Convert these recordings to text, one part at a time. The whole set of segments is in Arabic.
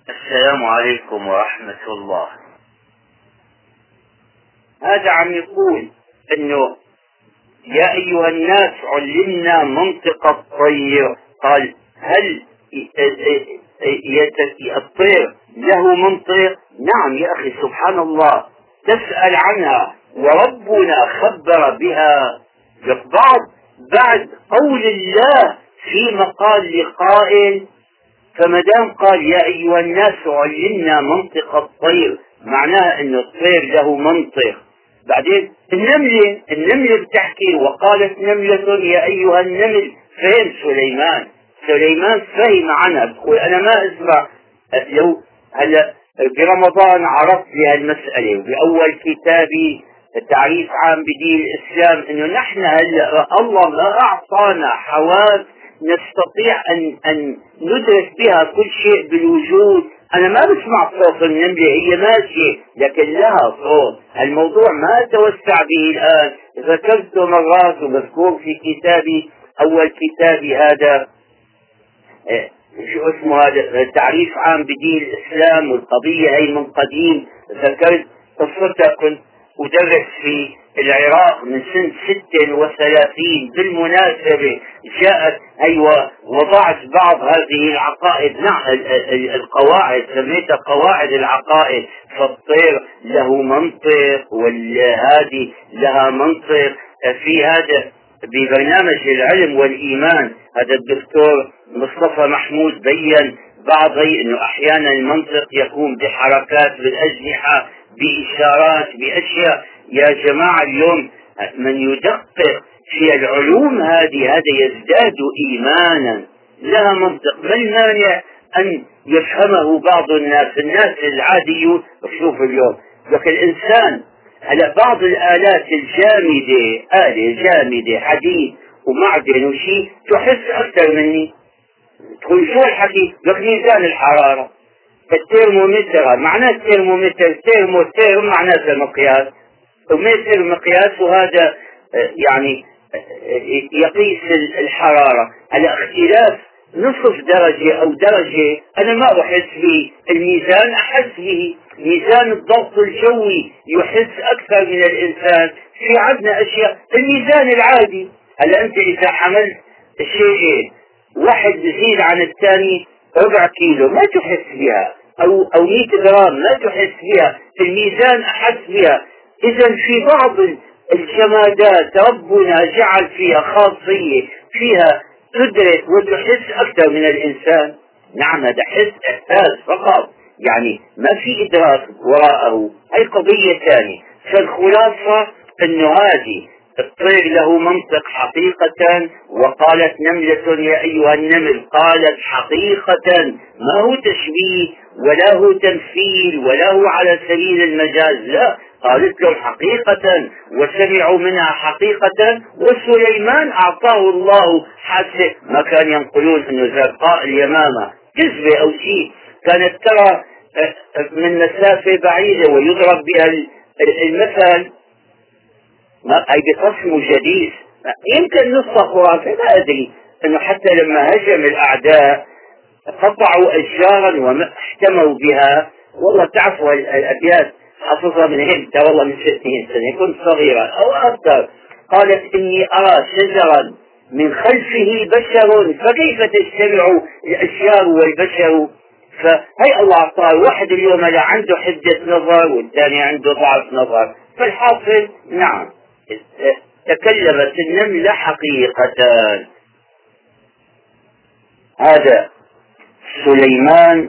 السلام عليكم ورحمة الله. هذا عم يقول انه يا ايها الناس علمنا منطق الطير. قال هل الطير له منطق؟ نعم يا اخي، سبحان الله، تسأل عنها وربنا خبر بها. بعد قول الله في مقال لقائل، فما دام قال يا ايها الناس علمنا منطق الطير، معناه انه الطير له منطق. بعدين النملة بتحكي، وقالت نملة يا ايها النمل. فهم سليمان فهم عنها، بقول انا ما اسمع. لو هلا برمضان عرفت بهالمسألة، وبأول كتابي تعريف عام بدين الإسلام، انه نحن هلا الله ما اعطانا حواس نستطيع ان ندرك بها كل شيء بالوجود. انا ما بسمع صوت النملة، هي ماشية لكن لها صوت. الموضوع ما توسع به الان، ذكرته مرات ومذكور في كتابي، اول كتابي هذا شو اسمه، هذا تعريف عام بدين الإسلام، والقضية هي من قديم. ذكرت قصتها، كنت أدرس في العراق من سنة 36 بالمناسبة. جاءت وضعت بعض هذه العقائد، القواعد، سميتها قواعد العقائد. فالطير له منطق، والهادي لها منطق. في هذا ببرنامج العلم والإيمان، هذا الدكتور مصطفى محمود بيّن انه احيانا المنطق يكون بحركات بالاجنحة، باشارات، باشياء. يا جماعة اليوم من يدقق في العلوم هذا يزداد ايمانا. لها منطق، ما المانع ان يفهمه بعض الناس العاديون. شوف اليوم لك الانسان، هلا بعض الآلات الجامدة، آلة جامدة حديد ومعدن وشيء، تحس أكثر مني. تقول شو الحكي؟ لك ميزان الحرارة، الترمومتر، معناه الترمومتر، ترم معناه مقياس، ومتر مقياس، وهذا يعني يقيس الحرارة. على اختلاف نصف درجة أو درجة أنا ما أحس به، الميزان أحس به. ميزان الضغط الجوي يحس أكثر من الإنسان. في عندنا أشياء الميزان العادي. هلا أنت إذا حملت شيئين، واحد يزيد عن الثاني ربع كيلو، ما تحس بها، أو 100 جرام ما تحس بها، الميزان أحس بها. إذا في بعض الجمادات ربنا جعل فيها خاصية، فيها تدرك وتحس أكثر من الإنسان. نعم، هذا إحساس فقط، يعني ما في إدراك وراءه. هي قضية ثانية. فالخلاصة أنه هذه الطير له منطق حقيقة. وقالت نملة يا أيها النمل، قالت حقيقة، ما هو تشبيه ولا هو تمثيل ولا هو على سبيل المجاز، لا، قالت له حقيقة، وسمعوا منها حقيقة. وسليمان أعطاه الله حاسة، ما كان ينقلون أنه زرقاء اليمامة كذبة أو شيء، كانت ترى من مسافة بعيدة ويضرب بها المثل. أي بقسم جديد، يمكن نص خرافة، لا أدري، أنه حتى لما هجم الأعداء قطعوا أشجارا واحتموا بها. والله تعرفوا الأبيات حافظها من هند، والله من 60 سنة، كنت صغيرة أو أكثر. قالت إني أرى شجرا من خلفه بشر، فكيف تجتمع الأشجار والبشر؟ فهي الله أعطاه. واحد اليوم لا عنده حدة نظر والثاني عنده ضعف نظر. فالحاصل نعم، تكلمت النملة حقيقة. هذا سليمان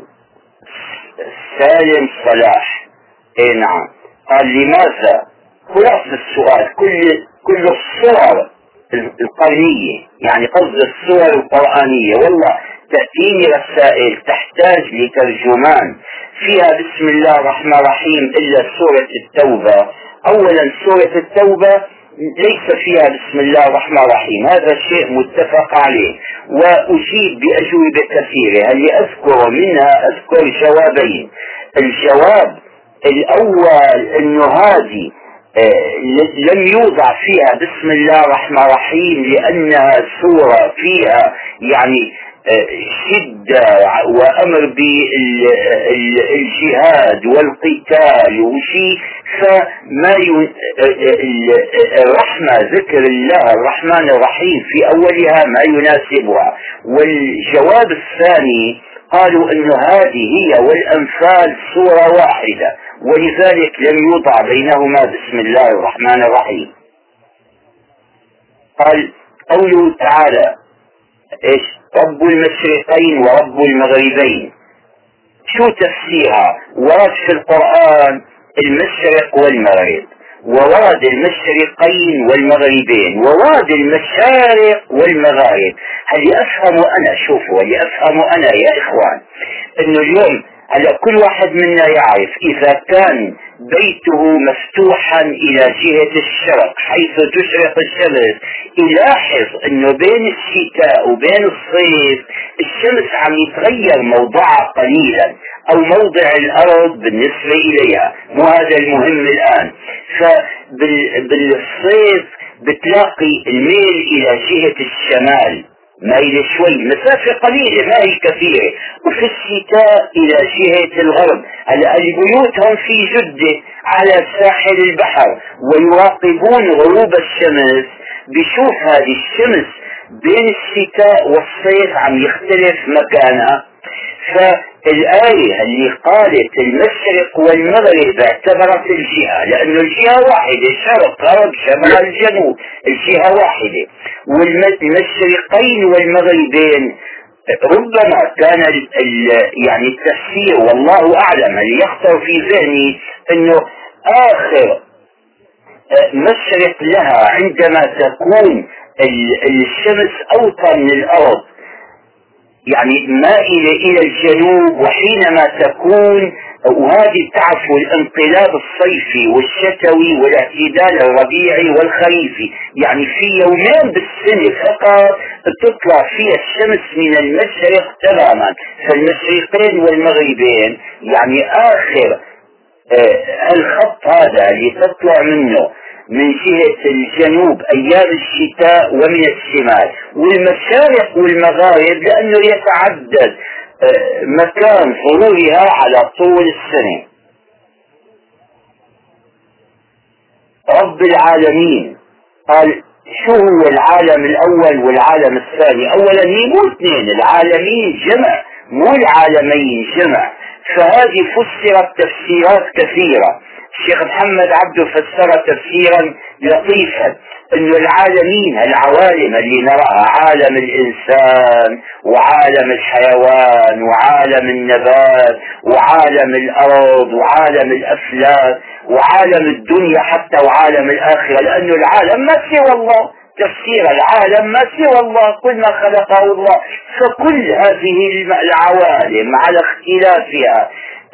سالم صلاح. اي نعم. قال لماذا؟ خلاص السؤال، كل الصور القرنية، يعني قصد الصور القرآنية، والله تأتيني رسائل تحتاج لترجمان فيها بسم الله الرحمن الرحيم إلا سورة التوبة. أولا سورة التوبة ليس فيها بسم الله الرحمن الرحيم، هذا شيء متفق عليه، وأجيب بأجوبة كثيرة. اللي أذكر منها أذكر جوابين. الجواب الأول أنه هذه لم يوضع فيها بسم الله الرحمن الرحيم لأنها سورة فيها يعني شدة وأمر بالجهاد والقتال وشيء، فما الرحمة ذكر الله الرحمن الرحيم في أولها ما يناسبها. والجواب الثاني قالوا أن هذه هي والأنفال سورة واحدة، ولذلك لم يوضع بينهما بسم الله الرحمن الرحيم. قال قوله تعالى إيش؟ رب المشرقين ورب المغربين. شو تفسيرها؟ ورد في القرآن المشرق والمغرب، وورد المشرقين والمغربين، وورد المشارق والمغارب. هل أفهم أنا، شوفوا، هل أفهم أنا يا إخوان أنه اليوم على كل واحد منا يعرف إذا كان بيته مفتوحا إلى جهة الشرق حيث تشرق الشمس، يلاحظ أنه بين الشتاء وبين الصيف الشمس عم يتغير موضعها قليلا، أو موضع الأرض بالنسبة إليها، مو هذا المهم الآن. فبالصيف بتلاقي الميل إلى جهة الشمال مايل شوي، مسافة قليلة ما هي كثيرة، وفي الشتاء إلى جهة الغرب. هلا البيوت هم في جدة على ساحل البحر ويراقبون غروب الشمس، بشوف هذه الشمس بين الشتاء والصيف عم يختلف مكانها. فالآية اللي قالت المشرق والمغرب اعتبرت الجهة، لأنه الجهة واحدة، شرق غرب شمال جنوب، الجهة واحدة. والمشرقين والمغربين ربما كان يعني التفسير والله أعلم اللي يخطر في ذهني أنه آخر مشرق لها عندما تكون الشمس أوطى من الأرض، يعني مائلة إلى الجنوب، وحينما تكون، وهذه تعرفوا الانقلاب الصيفي والشتوي والاعتدال الربيعي والخريفي، يعني في يومين بالسنة فقط تطلع فيها الشمس من المشرق تماما. فالمشرقين والمغربين يعني آخر الخط هذا اللي تطلع منه من جهة الجنوب أيام الشتاء ومن الشمال، والمشارق والمغارب لأنه يتعدد مكان ظهورها على طول السنة. رب العالمين قال شو هو العالم الأول والعالم الثاني؟ أولا هي مو اثنين، العالمين جمع مو العالمين جمع، فهذه فسرت تفسيرات كثيرة. الشيخ محمد عبده فسر تفسيرا لطيفا انه العالمين العوالم اللي نراها، عالم الانسان وعالم الحيوان وعالم النبات وعالم الارض وعالم الافلاك وعالم الدنيا حتى وعالم الاخره، لانه العالم ما سوى الله، تفسير العالم ما سوى الله، كل ما خلقه الله. فكل هذه العوالم على اختلافها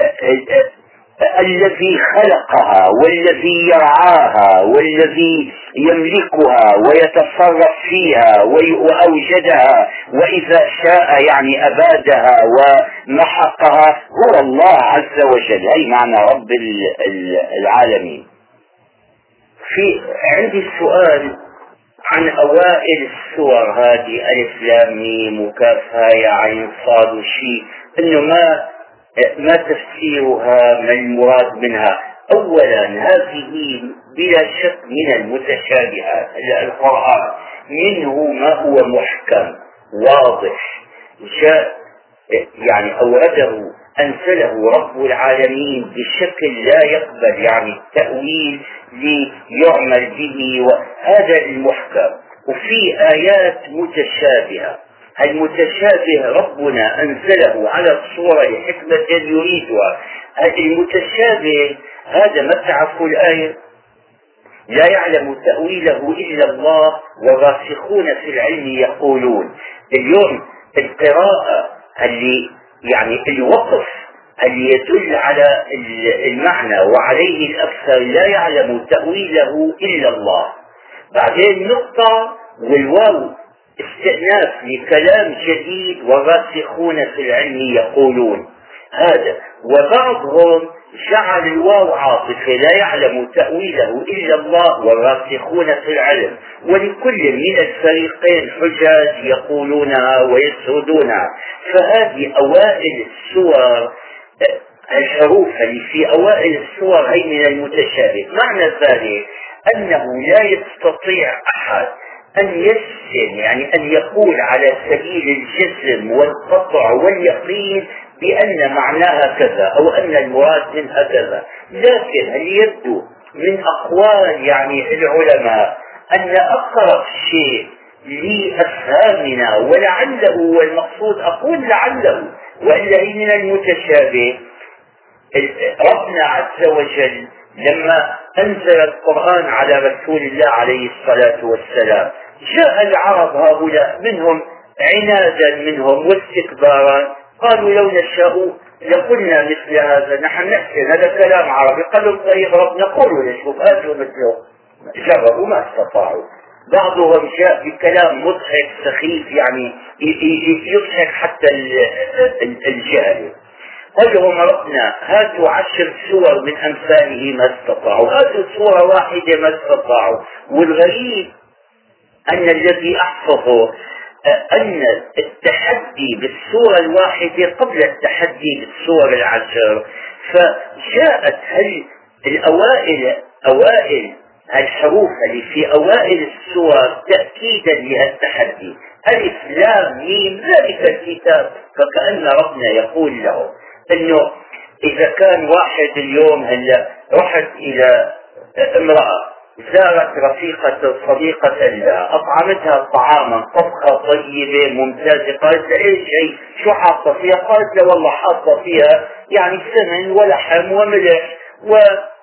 الذي خلقها والذي يرعاها والذي يملكها ويتصرف فيها وأوجدها، وإذا شاء يعني أبادها ومحقها، هو الله عز وجل. هي معنى رب العالمين. في عندي سؤال عن أوائل السور هذه ألف لام ميم وكاف هاء عين صاد وشي، إنه ما تفسيرها، ما المراد منها؟ أولا هذه بلا شك من المتشابهات، القرآن منه ما هو محكم واضح جاء يعني أورده أنزله رب العالمين بشكل لا يقبل يعني التأويل ليعمل به، وهذا المحكم. وفي آيات متشابهة، المتشابه ربنا أنزله على الصورة لحكمة يريدها. المتشابه هذا ما تعرفوا الآية لا يعلم تأويله إلا الله والراسخون في العلم يقولون. اليوم القراءة اللي يعني الوقف اللي يدل على المعنى وعليه الأكثر لا يعلم تأويله إلا الله، بعدين نقطة والواو استئناف لكلام جديد والراسخون في العلم يقولون. هذا. وبعضهم جعل الواو عاطفة لا يعلم تأويله إلا الله والراسخون في العلم، ولكل من الفريقين حجج يقولونها ويسردونها. فهذه أوائل السور، الحروف اللي في أوائل السور هي من المتشابه. معنى ذلك أنه لا يستطيع أحد أن يجزم، يعني أن يقول على سبيل الجزم والقطع واليقين بأن معناها كذا أو أن المراد منها كذا. لكن هل يبدو من أقوال يعني العلماء أن أقرب شيء لأفهامنا ولعله، والمقصود أقول لعله وإلا هي من المتشابه، ربنا عز وجل لما أنزل القرآن على رسول الله عليه الصلاة والسلام جاء العرب هؤلاء منهم عنادا منهم واستكبارا، قالوا لو نشاء لقلنا مثل هذا، نحن نحسن هذا كلام عربي. قالوا طيب ربنا قولوا نشوف هاتوا مثله، جربوا ما استطاعوا. بعضهم جاء بكلام مضحك سخيف يعني يضحك حتى الجاهل. قال لهم ربنا هاتوا 10 سور من أمثاله ما استطاعوا، هاتوا سورة واحدة ما استطاعوا. والغريب أن الذي أحفظه أن التحدي بالسورة الواحدة قبل التحدي بالسور 10. فجاءت أوائل الحروف اللي في أوائل السور تأكيدا لهالتحدي، ألف لام ميم ذلك الكتاب. فكأن ربنا يقول له انه اذا كان واحد اليوم هلا رحت الى امرأة زارت رفيقة صديقة لها، اطعمتها طعاما طبخة طيبة ممتازة، قالت لها ايش هي شو حاطة فيها؟ قالت له والله حاطة فيها يعني سمن ولحم وملح و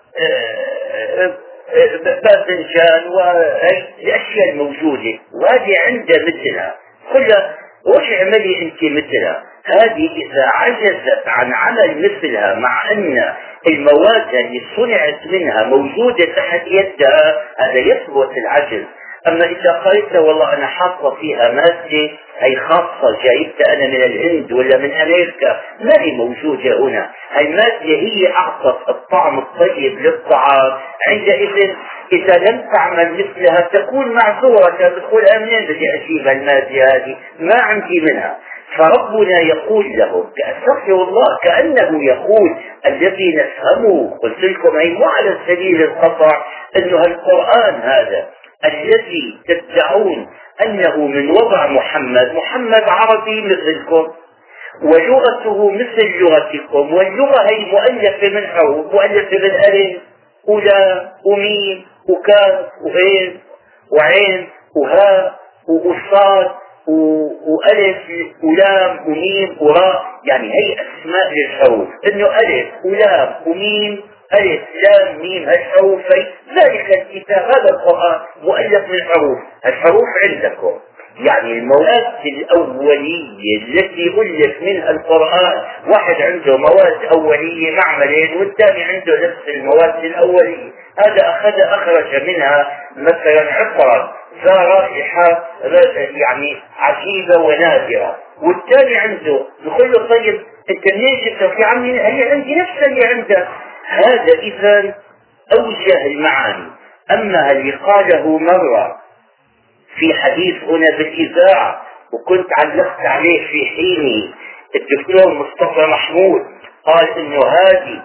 باذنجان وهي الاشياء الموجودة، وهذه عندها مثلها كلها، وش اعملي انت مثلها؟ هذه اذا عجزت عن عمل مثلها مع ان المواد اللي صنعت منها موجودة تحت يدها، هذا يثبت العجز. اما اذا قالت والله انا حاطة فيها مادة هي خاصة جايبتها انا من الهند ولا من امريكا، ما هي موجودة هنا، المادة هي اعطت الطعم الطيب للطعام، عندئذ اذا لم تعمل مثلها تكون معذورة، تقول منين بدي اجيب المادة هذه؟ ما عندي منها. فربنا يقول لهم استغفر الله كأنه يقول الذي نفهمه، قلت لكم هي مو على سبيل القطع انه القرآن هذا الذي تدعون انه من وضع محمد عربي مثلكم ولغته مثل لغتكم، واللغة هي مؤلفة من حروف، مؤلفة من ألف ولا وميم وكاف وغين وعين وهاء وصاد وألف ولام وميم وراء، يعني هي أسماء للحروف، إنه ألف ولام وميم ألف لام ميم هالحروف، ذلك الكتاب هذا القرآن مؤلف من حروف، الحروف عندكم يعني المواد الأولية التي ألف منها القرآن، واحد عنده مواد أولية معملين والثاني عنده نفس المواد الأولية، هذا أخرج منها مثلا عطرا ذا رائحة يعني عجيبة ونادرة، والثاني عنده نقول له طيب انت منين جبتها؟ في عمي هي عندي نفس اللي عندك. هذا إذا أوجه المعاني. أما اللي قاله مرة في حديث هنا بالإذاعة وكنت علقت عليه في حينه الدكتور مصطفى محمود، قال انه هذه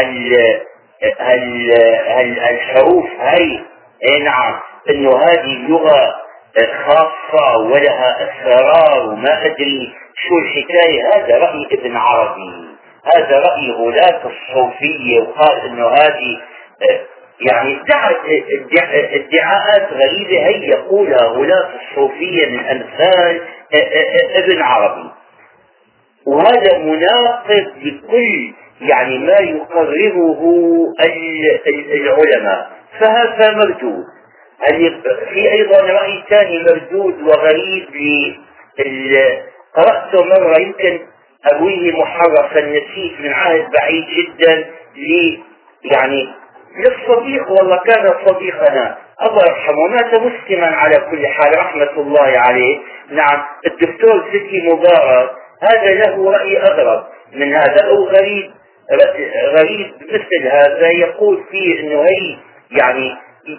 الحروف هاي نعم انه هذه اللغة خاصة ولها اسرار وما ادري شو الحكاية، هذا رأي ابن عربي، هذا رأي غلاة الصوفية، وقال انه هذه يعني ادعاءات غريبة هي يقولها غلاة الصوفية من امثال ابن عربي، وهذا مناقض لكل يعني ما يقرره العلماء، فهذا مردود. في ايضا رأي ثاني مردود وغريب قرأته مرة يمكن أبويه محرفا نسيت من عهد بعيد جدا يعني للصديق، والله كان صديقنا الله يرحمه مات مسلما على كل حال رحمة الله عليه، نعم الدكتور زكي مبارك، هذا له رأي أغرب، من هذا أو غريب مثل هذا يقول فيه أنه هي يعني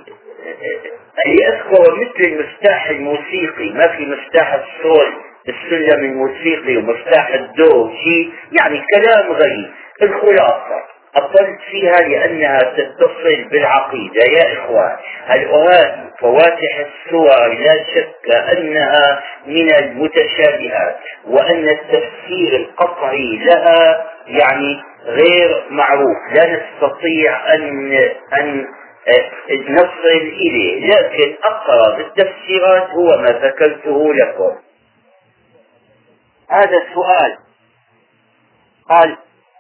يذكر مثل المفتاح الموسيقي، ما في مفتاح الصول السلم الموسيقي ومفتاح الدو شيء، يعني كلام غريب. الخلاصة أطلت فيها لأنها تتصل بالعقيدة. يا إخوان، هذه فواتح السور لا شك أنها من المتشابهات، وأن التفسير القطعي لها يعني غير معروف، لا نستطيع أن نصل إليه، لكن أقرب التفسيرات هو ما ذكرته لكم. هذا السؤال قال: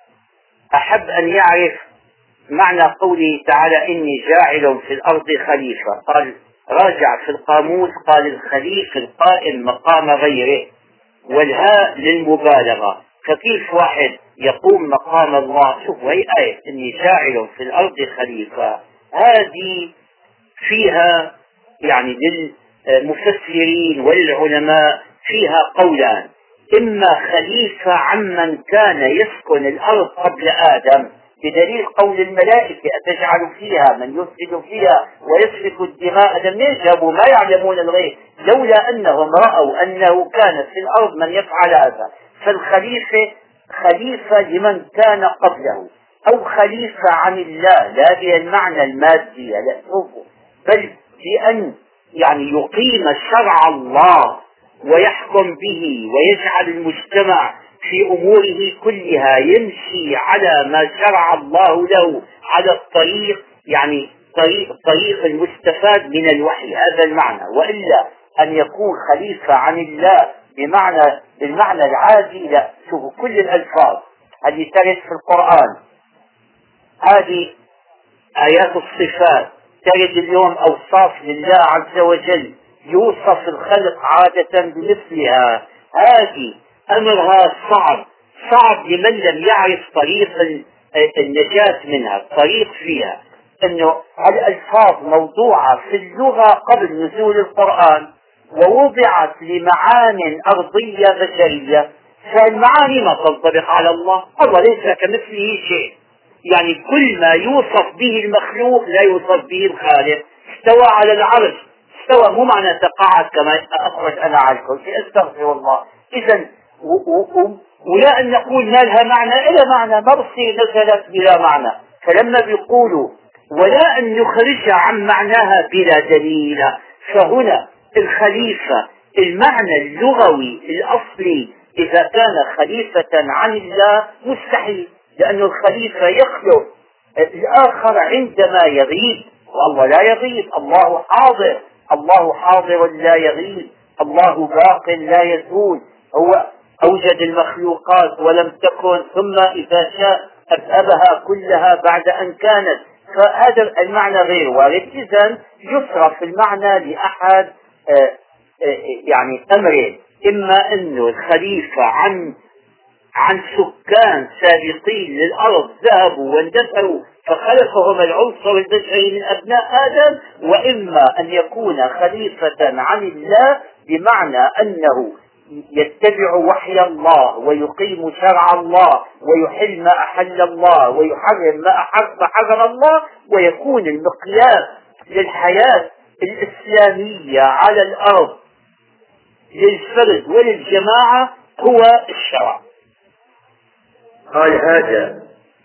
أحب أن يعرف معنى قوله تعالى إني جاعل في الأرض خليفة. قال راجع في القاموس، قال الخليفة القائم مقام غيره، والهاء للمبالغة، فكيف واحد يقوم مقام الله؟ شوف هي آية إني جاعل في الأرض خليفة، هذه فيها يعني للمفسرين والعلماء فيها قولان: إما خليفة عمن كان يسكن الأرض قبل آدم، بدليل قول الملائكة أتجعل فيها من يفسد فيها ويسفك الدماء، لم جابوا ما يعلمون الغيب لولا أنهم رأوا أنه كان في الأرض من يفعل هذا. فالخليفة خليفة لمن كان قبله، أو خليفة عن الله، لا بالمعنى المادي لا، بل بأن يعني يقيم شرع الله ويحكم به ويجعل المجتمع في أموره كلها يمشي على ما شرع الله له، على الطريق يعني طريق المستفاد من الوحي، هذا المعنى. وإلا أن يكون خليفة عن الله بالمعنى العادي لا. شوفوا كل الألفاظ التي ترد في القرآن، هذه آيات الصفات، تجد اليوم أوصاف لله عز وجل يوصف الخلق عادة بمثلها، هذه أمرها صعب لمن لم يعرف طريق النجاة منها، الطريق فيها أنه الألفاظ موضوعة في اللغة قبل نزول القرآن، ووضعت لمعان أرضية بشرية، فالمعاني ما تنطبق على الله. الله ليس كمثله شيء، يعني كل ما يوصف به المخلوق لا يوصف به الخالق. استوى على العرش، استوى مو معنى تقاعد كما أخرج أنا على الكرسي، أستغفر الله. إذا ولا أن نقول ما لها معنى، إلا معنى مرسي نزلت بلا معنى. فلما بيقولوا ولا أن نخرجها عن معناها بلا دليل، فهنا الخليفة المعنى اللغوي الأصلي إذا كان خليفة عن الله مستحيل، لأن الخليفة يخلق الآخر عندما يغيب، والله لا يغيب، الله حاضر لا يغيب، الله باق لا يزول، هو أوجد المخلوقات ولم تكن، ثم إذا شاء أذهبها كلها بعد أن كانت، فهذا المعنى غير وارد. إذن يصرف المعنى لأحد يعني أمرين: إما أنه الخليفة عن سكان سابقين للأرض ذهبوا واندثروا فخلقهم العنصر البشري من أبناء آدم، وإما أن يكون خليفة عن الله بمعنى أنه يتبع وحي الله ويقيم شرع الله ويحل ما أحل الله ويحرم ما حرم الله، ويكون المقياس للحياة الإسلامية على الأرض للفرد وللجماعة هو الشرع. قال هذا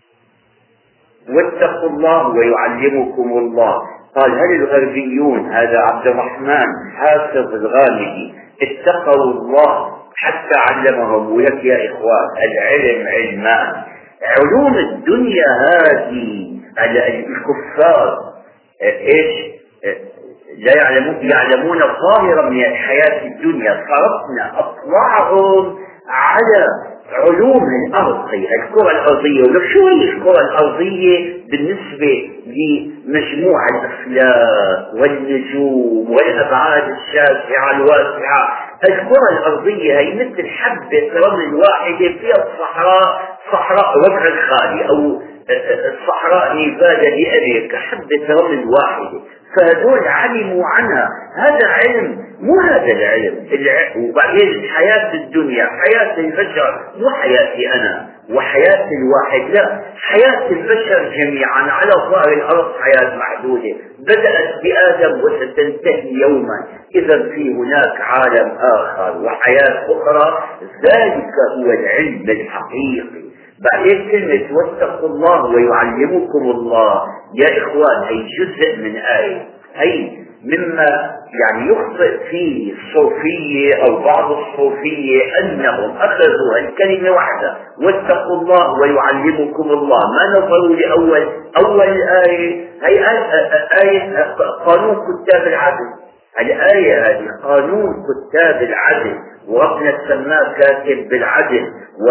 واتقوا الله ويعلمكم الله. قال هل الغربيون، هذا عبد الرحمن حافظ الغامدي، اتقوا الله حتى علمهم؟ ولك يا إخوان العلم علمان، علوم الدنيا هذه الكفار ايش لا يعلمون ظاهرا من الحياة الدنيا، صرفنا أطلاعهم على علوم الأرض، الكرة الأرضية. ولك شو هي الكرة الأرضية بالنسبة لمجموع الأفلاك والنجوم والأبعاد الشاسعة الواسعة؟ الكرة الأرضية هي مثل حبة رمل واحدة فيها صحراء ربع الخالي، أو الصحراء نيفادا لأمريكا، حبة رمل واحدة، فهذول علموا عنها. هذا علم، مو هذا العلم. وبعدين حياة الدنيا، حياة البشر، مو حياتي أنا، وحياة الواحد لا، حياة البشر جميعا على ظهر الأرض حياة محدودة بدأت بآدم وستنتهي يوما. إذا في هناك عالم آخر وحياة أخرى، ذلك هو العلم الحقيقي. بعدين كلمة واتقوا الله ويعلمكم الله يا إخوان هي جزء من آية، هي مما يعني يخطئ فيه الصوفية أو بعض الصوفية أنهم أخذوا الكلمة واحدة واتقوا الله ويعلمكم الله، ما نظروا لأول آية. هي آية قانون كتاب العدل. الآية هذه قانون كتاب العدل، وربنا سماه كاتب بالعدل،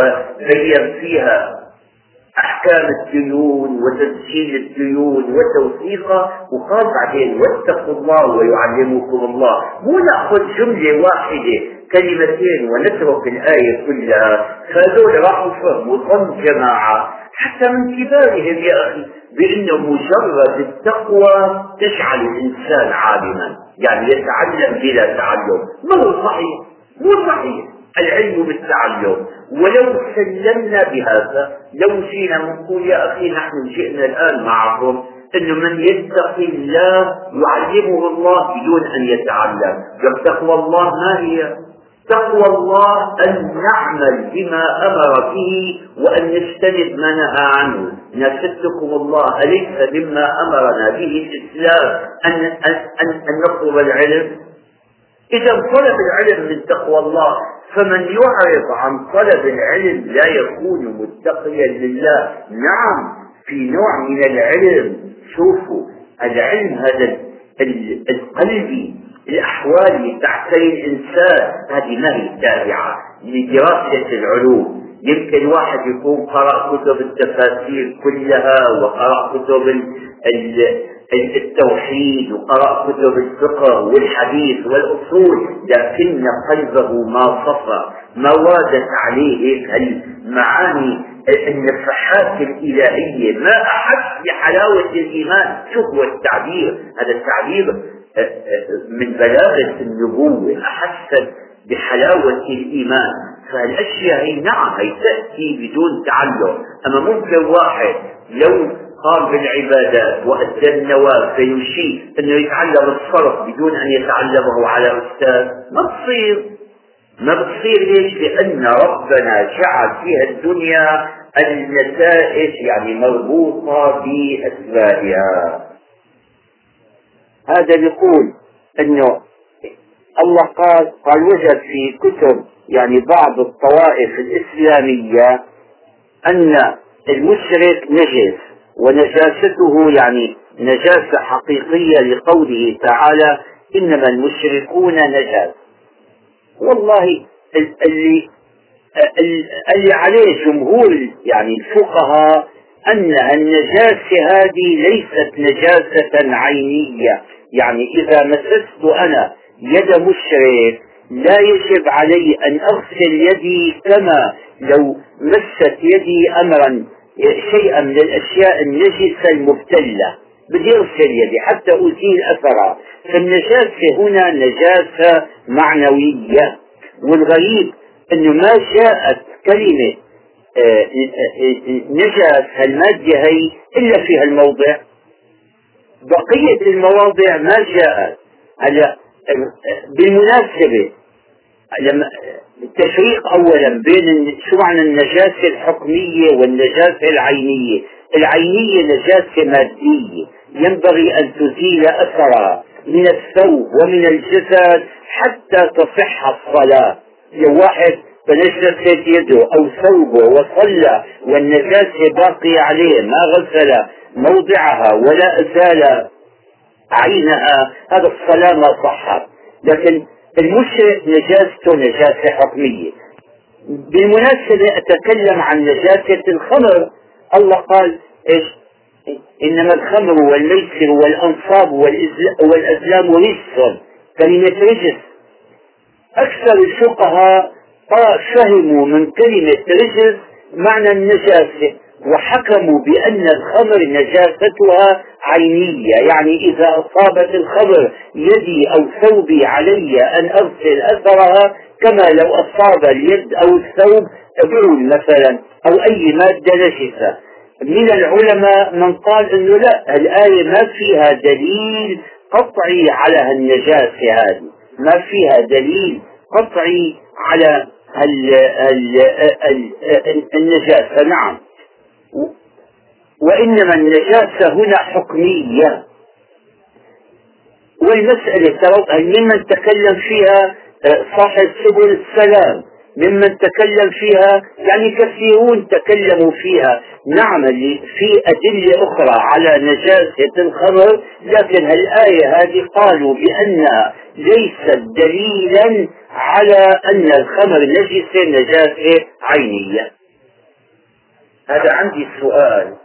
وبين فيها أحكام الديون وتسجيل الديون وتوثيقها، وقال بعدين واتقوا الله ويعلمكم الله. مو نأخذ جملة واحدة كلمتين ونترك الآية كلها. فهذول راحوا فهموا ظن جماعة حتى من كبارهم يا أخي بأنه مجرد التقوى تجعل الإنسان عالما، يعني يتعلم بلا تعلم. مو صحيح، مو صحيح. العلم بالتعلم. ولو سلمنا بهذا، لو جينا ونقول يا أخي نحن جئنا الآن معكم أنه من يتقي الله يعلمه الله بدون أن يتعلم. تقوى الله ما هي؟ تقوى الله أن نعمل بما أمر به وأن نجتنب ما نهى عنه. نشدكم الله أليس مما أمرنا به الإسلام أن نطلب العلم؟ إذا طلب العلم من تقوى الله، فمن يعرض عن طلب العلم لا يكون متقيا لله. نعم في نوع من العلم، شوفوا العلم هذا القلبي، الأحوال اللي تحتوي الإنسان هذه ما هي تابعة لدراسة العلوم. يمكن واحد يكون قرأ كتب التفاسير كلها، وقرأ كتب التوحيد، وقرأ كتب الفقه والحديث والأصول، لكن قلبه ما صفى، ما وادت عليه المعاني النفحات الإلهية، ما أحس بحلاوة الإيمان. شوف هو التعبير، هذا التعبير من بلاغة النبوة، أحس بحلاوة الإيمان. فالأشياء هي نعم هي تأتي بدون تعلم. أما ممكن واحد لو قام بالعبادات وأدى النوافل وشيء أنه يتعلم الصرف بدون أن يتعلمه على أستاذ، ما بتصير. ليش؟ لأن ربنا جعل فيها الدنيا النتائج يعني مربوطة بأسبابها. هذا يقول أنه الله قال وجد في كتب يعني بعض الطوائف الإسلامية أن المشرك نجس، ونجاسته يعني نجاسة حقيقية لقوله تعالى إنما المشركون نجاس. والله اللي عليه جمهور يعني الفقهاء أن النجاسة هذه ليست نجاسة عينية، يعني إذا مسست أنا يد مشرك لا يجب علي أن أغسل يدي كما لو مست يدي أمرا شيئا من الأشياء النجسة المبتلة، بدي أغسل يدي حتى أزيل أثرها. فالنجاسة هنا نجاسة معنوية. والغريب أنه ما جاءت كلمة نجاس المادة هي إلا في هالموضع، بقية المواضع ما جاءت. هلا بالمناسبة لما التفريق أولا بين شو معنى النجاسة الحكمية والنجاسة العينية. العينية نجاسة مادية ينبغي أن تزيل أثرها من الثوب ومن الجسد حتى تصح الصلاة. لو واحد فنجست يده أو ثوبه وصلى والنجاسة باقية عليه ما غسل موضعها ولا أزال عينها، هذا الصلاة ما صحت. لكن المشرك نجاسته نجاسة حكمية. بالمناسبة أتكلم عن نجاسة الخمر. الله قال إيش؟ إنما الخمر والميسر والأنصاب والأزلام رجس. كلمة رجس أكثر الفقهاء فهموا من كلمة رجس معنى النجاسة، وحكموا بأن الخمر نجاستها عينية، يعني إذا أصابت الخمر يدي أو ثوبي علي أن أغسل أثرها كما لو أصاب اليد أو الثوب بول مثلا أو أي مادة نجسة. من العلماء من قال أنه لا، الآية ما فيها دليل قطعي على النجاسة هذه، ما فيها دليل قطعي على النجاسة. نعم، وإنما النجاسة هنا حكمية. والمسألة ترى ممن تكلم فيها صاحب سبل السلام، ممن تكلم فيها يعني كثيرون تكلموا فيها. نعم، في أدلة أخرى على نجاسة الخمر، لكن الآية هذه قالوا بأنها ليست دليلا على أن الخمر نجسة نجاسة عينية. هذا عندي سؤال.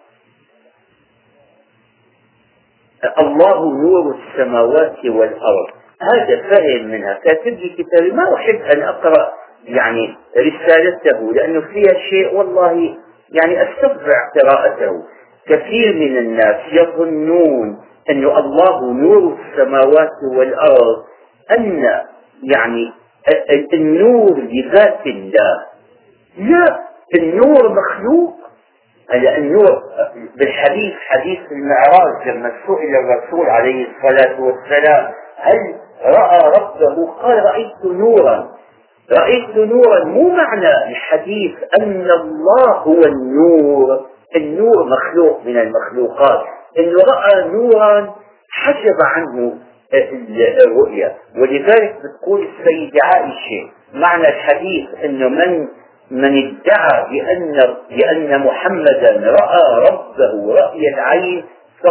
الله نور السماوات والأرض، هذا فهم منها كاتب لي كتابي، ما أحب أن أقرأ يعني رسالته لأنه فيها شيء والله يعني أستطيع قراءته. كثير من الناس يظنون أن الله نور السماوات والأرض، أن يعني النور لذات الله. لا، النور مخلوق. هلا النور بالحديث، حديث المعراج لما سئل الرسول عليه الصلاة والسلام هل رأى ربه؟ قال رأيت نورا. رأيت نورا مو معنى الحديث أن الله هو النور. النور مخلوق من المخلوقات، إنه رأى نورا حجب عنه الرؤية. ولذلك بتقول السيدة عائشة معنى الحديث إنه من ادعى بأن محمدا رأى ربه رأي العين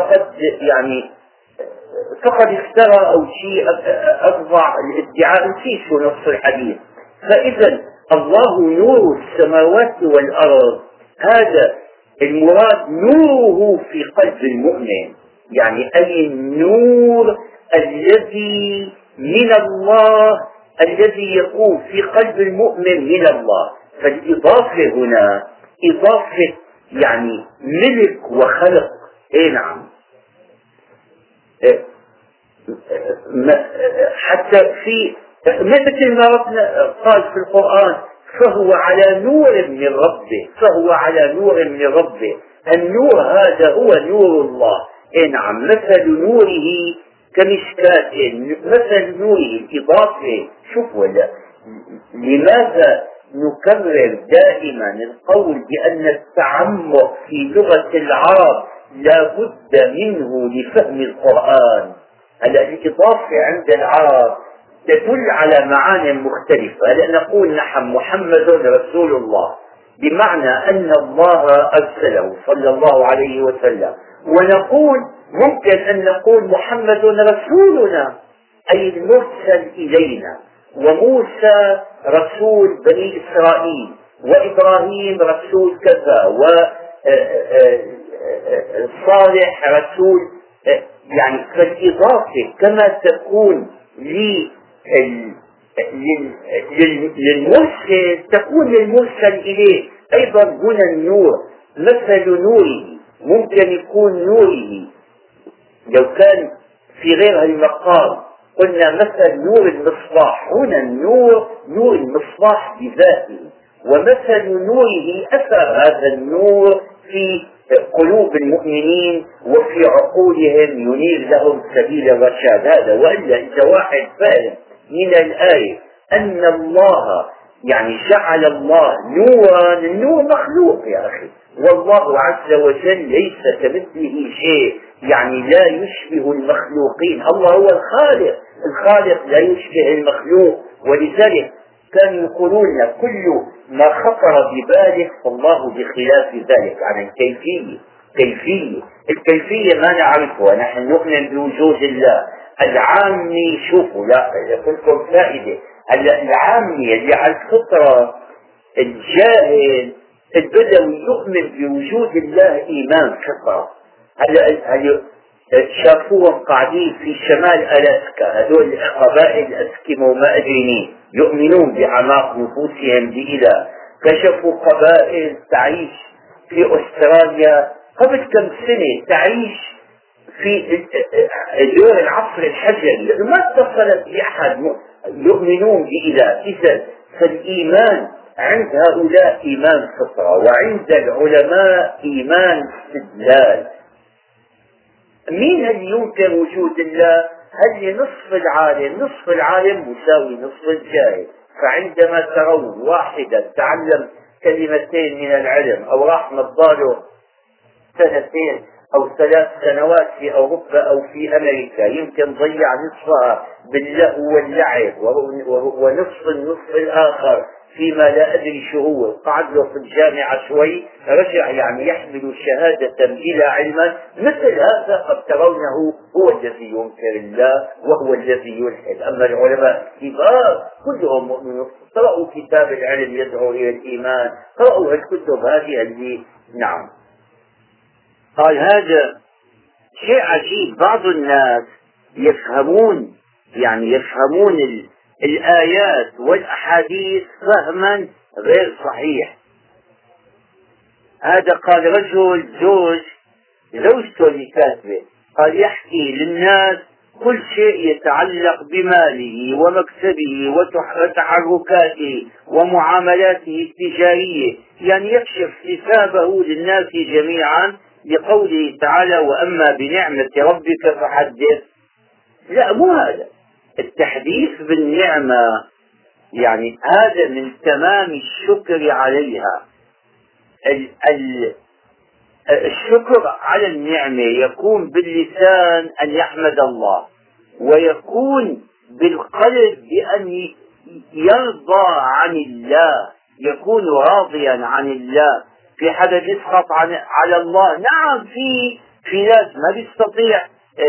فقد افترى أو شيء أفظع الادعاء في شو نص الحديث. فإذا الله نور السماوات والأرض، هذا المراد نوره في قلب المؤمن، يعني أي النور الذي من الله الذي يكون في قلب المؤمن من الله. فالإضافة هنا إضافة يعني ملك وخلق. نعم، حتى في مثل ما ربنا قال في القرآن فهو على نور من ربه، فهو على نور من ربه. النور هذا هو نور الله. نعم، مثل نوره كمشكاة، مثل نوره الإضافة. شوفوا لماذا نكرر دائما القول بأن التعمق في لغة العرب لا بد منه لفهم القرآن؟ الإضافة عند العرب تدل على معاني مختلفة. لأن نقول نحن محمد رسول الله بمعنى أن الله أرسله صلى الله عليه وسلم، ونقول ممكن أن نقول محمد رسولنا أي المرسل إلينا، وموسى رسول بني إسرائيل، وإبراهيم رسول كذا، وصالح رسول. يعني فالإضافة كما تكون للمرسل تكون للمرسل إليه أيضا. هنا النور مثل نوره ممكن يكون نوره لو كان في غير المقام قلنا مثل نور المصباح. هنا النور نور المصباح بذاته، ومثل نوره أثر هذا النور في قلوب المؤمنين وفي عقولهم ينير لهم سبيل الرشاد. هذا وإلا إذا واحد فاهم من الآية أن الله يعني جعل الله نورا، النور مخلوق يا أخي، والله عز وجل ليس كمثله شيء، يعني لا يشبه المخلوقين. الله هو الخالق، الخالق لا يشبه المخلوق. ولذلك كانوا يقولون كل ما خطر ببالك فالله بخلاف ذلك عن الكيفية. الكيفية ما نعرفها، نحن نؤمن بوجود الله. العامي شوفوا، لا لكم فائدة، العامي اللي على الفطرة الجاهل البدوي يؤمن بوجود الله إيمان فطرة. هلا شافوهم قاعدين في شمال ألاسكا، هذول قبائل أسكيمو ما أدري مين يؤمنون بأعماق نفوسهم بإله. كشفوا قبائل تعيش في أستراليا قبل كم سنة تعيش في دور العصر الحجري، ما اتصلت بأحد، يؤمنون بإله. إذا فالإيمان عند هؤلاء إيمان فطرة، وعند العلماء إيمان استدلال. مين اللي ينكر وجود الله؟ هل نصف العالم مساوي نصف الجاهل. فعندما ترون واحدا تعلم كلمتين من العلم أو راح مضاله 2 أو 3 سنوات في أوروبا أو في أمريكا، يمكن ضيع نصفها باللهو واللعب، النصف الآخر فيما لا أدري شو هو، قعد له في الجامعة شوي رجع يعني يحمل شهادة إلى علما. مثل هذا قد ترونه هو الذي ينكر الله وهو الذي يلحد. أما العلماء الكبار كلهم مؤمنون. قرأوا كتاب العلم يدعو إلى الإيمان، قرأوا الكتب هذه اللي نعم. قال هذا شيء عجيب. بعض الناس يفهمون الآيات والأحاديث فهما غير صحيح. هذا قال رجل زوجته اللي كاتبه، قال يحكي للناس كل شيء يتعلق بماله ومكسبه وتحركاته ومعاملاته التجارية، يعني يكشف حسابه للناس جميعا لقوله تعالى وأما بنعمة ربك فحدث. لا، مو هذا التحديث بالنعمة، يعني هذا من تمام الشكر عليها. الشكر على النعمة يكون باللسان أن يحمد الله، ويكون بالقلب بأن يرضى عن الله، يكون راضيا عن الله. في حدا يسخط على الله؟ نعم، في ناس ما بيستطيع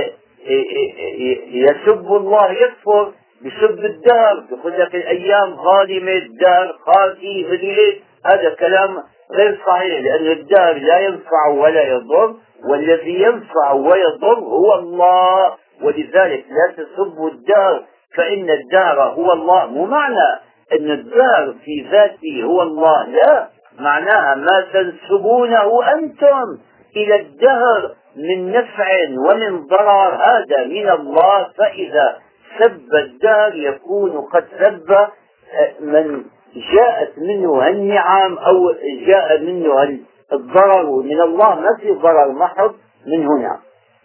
يسب الله، يكفر بسب الدهر، يقول لك الأيام ظالمة، الدهر قاسي، بدليل. هذا كلام غير صحيح، لأن الدهر لا ينفع ولا يضر، والذي ينفع ويضر هو الله. ولذلك لا تسبوا الدهر فإن الدهر هو الله. مو معنى أن الدهر في ذاته هو الله، لا، معناها ما تنسبونه أنتم إلى الدهر من نفع ومن ضرر هذا من الله. فإذا سب الدهر يكون قد سب من جاءت منه النعم أو جاء منه الضرر من الله. ما في ضرر محض من هنا.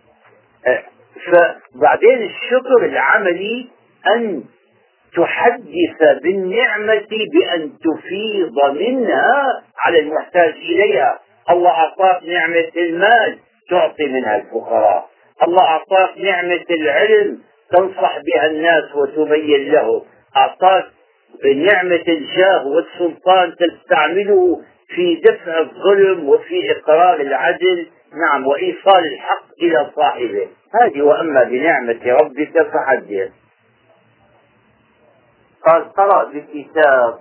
فبعدين الشكر العملي أن تحدث بالنعمة بأن تفيض منها على المحتاج إليها. الله أعطاك نعمة المال تعطي منها الفقراء، الله أعطاك نعمة العلم تنصح بها الناس وتبين له، أعطاك نعمة الجاه والسلطان تستعمله في دفع الظلم وفي إقرار العدل، نعم، وإيصال الحق إلى صاحبه. هذه وأما بنعمة ربك فحدث. قال قرأ بكتاب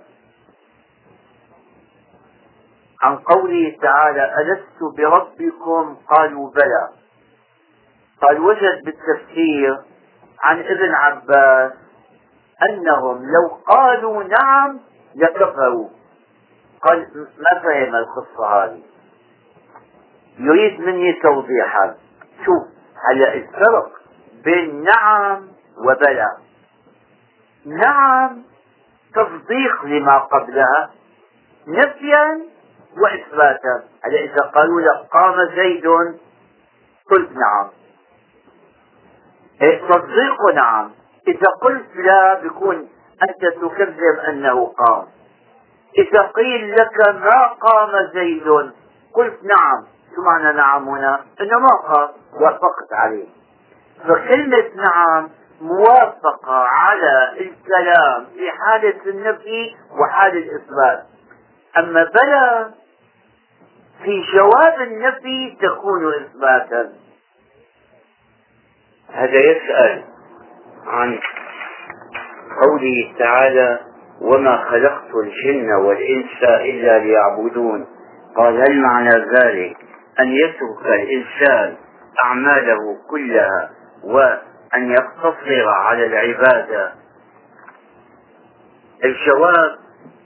عن قوله تعالى ألست بربكم قالوا بلى. قال وجد بالتفسير عن ابن عباس أنهم لو قالوا نعم لكفروا. قال ما فهم القصة هذه، يريد مني توضيحا. شوف هلا الفرق بين نعم وبلى. نعم تصديق لما قبلها نفيا وإثباتا. هلا إذا قالوا لك قام زيد قلت نعم، تصديق نعم. إذا قلت لا بيكون أنت تكذب أنه قام. إذا قيل لك ما قام زيد قلت نعم، شو معنى نعم هنا؟ إنه ما قام، وافقت عليه. فكلمة نعم موافقة على الكلام في حالة النفي وحال الإثبات. أما بلى في جواب النفي تكون إثباتا. هذا يسأل عن قوله تعالى وما خلقت الجن والإنس إلا ليعبدون. قال هل معنى ذلك أن يترك الإنسان أعماله كلها وأن يقتصر على العبادة؟ الجواب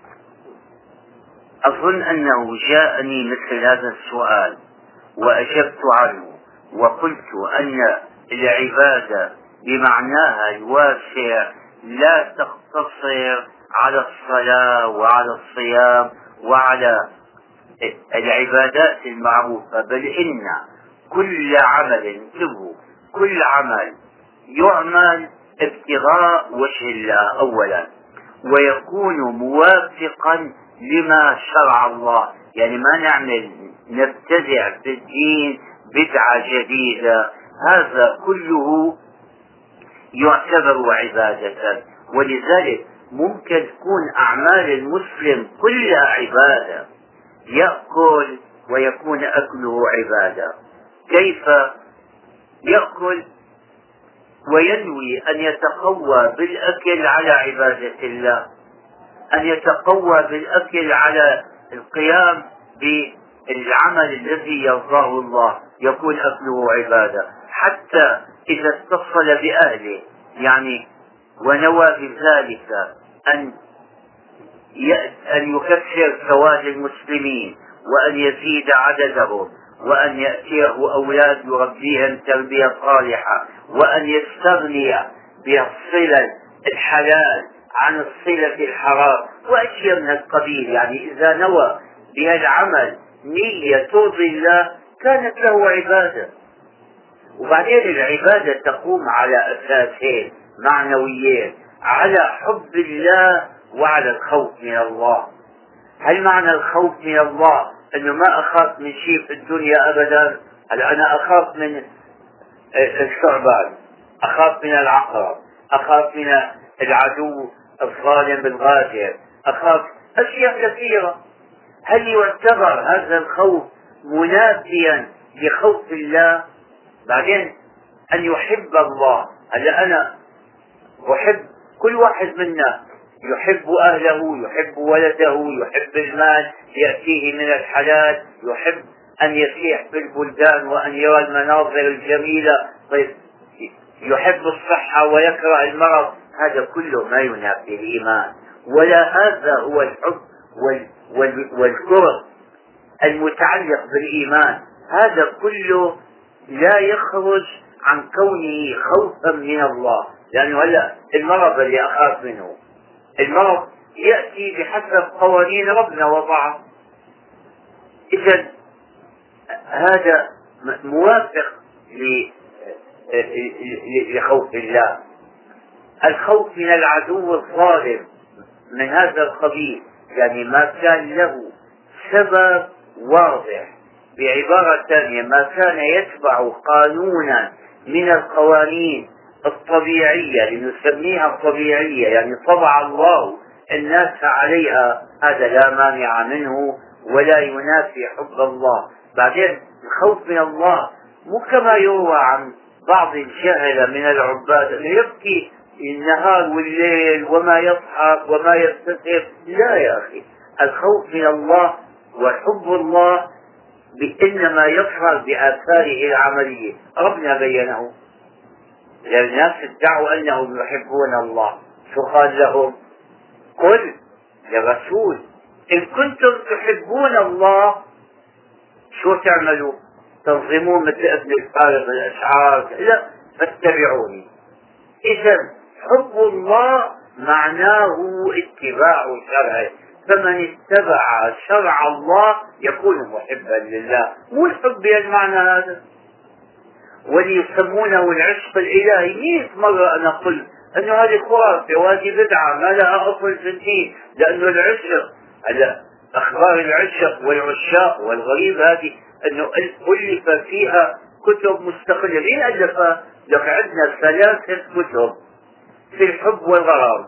أظن أنه جاءني مثل هذا السؤال وأجبت عنه وقلت أن العبادة بمعناها الواسع لا تقتصر على الصلاة وعلى الصيام وعلى العبادات المعروفة، بل إن كل عمل انتبهوا، كل عمل يعمل ابتغاء وجه الله أولا، ويكون موافقا لما شرع الله. يعني ما نعمل نبتدع في الدين بدعة جديدة، هذا كله يعتبر عبادة. ولذلك ممكن تكون أعمال المسلم كلها عبادة، يأكل ويكون أكله عبادة. كيف يأكل وينوي أن يتقوى بالأكل على عبادة الله، أن يتقوى بالأكل على القيام بالعمل الذي يرضاه الله، يكون أكله عبادة. حتى إذا اتصل بأهله يعني ونوى بذلك أن يكثر سواد المسلمين وأن يزيد عددهم وأن يأتيه أولاد يربيهم تربية صالحة وأن يستغني بالصلة الحلال عن الصلة الحرام وأشياء من القبيل. يعني إذا نوى بهالعمل نية ترضي الله كانت له عبادة. وبعدين العبادة تقوم على أساسين معنويين، على حب الله وعلى الخوف من الله. هل معنى الخوف من الله أنه ما أخاف من شيء في الدنيا أبدا؟ هل أنا أخاف من الثعبان، أخاف من العقرب، أخاف من العدو الظالم الغادر، أخاف أشياء كثيرة. هل يعتبر هذا الخوف منافيا لخوف الله؟ بعدين أن يحب الله. هلا أنا أحب كل واحد منا، يحب أهله، يحب ولده، يحب المال يأتيه من الحلال، يحب أن يسيح في البلدان وأن يرى المناظر الجميلة، طيب يحب الصحة ويكره المرض. هذا كله ما ينافي الإيمان، ولا هذا هو الحب والكره المتعلق بالإيمان. هذا كله لا يخرج عن كونه خوفا من الله. لأنه هلا المرض اللي أخاف منه، المرض يأتي بحسب قوانين ربنا وضعها، إذا هذا موافق لخوف الله. الخوف من العدو الظالم من هذا القبيل، يعني ما كان له سبب واضح، بعبارة ثانية ما كان يتبع قانونا من القوانين الطبيعية لنسميها الطبيعية، يعني طبع الله الناس عليها، هذا لا مانع منه ولا ينافي حب الله. بعدين الخوف من الله مو كما يروى عن بعض الجهلة من العباد اللي يبكي النهار والليل وما يضحك وما يبتسم. لا يا أخي، الخوف من الله وحب الله إنما يظهر بآثاره العملية. ربنا بينه للناس ادعوا أنهم يحبون الله، شو قال لهم؟ قل للرسول إن كنتم تحبون الله شو تعملوا؟ تنظمون مثل ابن الفارغ الأشعار؟ لا، فاتبعوني. إذا حب الله معناه اتباع شرعه، فمن اتبع شرع الله يكون محبا لله. مو الحب بالمعنى هذا، وليسمونه العشق الإلهي. 100 مرة أنا قلت أنه هذه خرافة وهذه بدعة ما لها أصل في الدين، لأنه العشق أخبار العشق والعشاق والغريب هذه أنه ألف فيها كتب مستقلة. مين ألفها؟ لك عندنا 3 كتب في الحب والغرام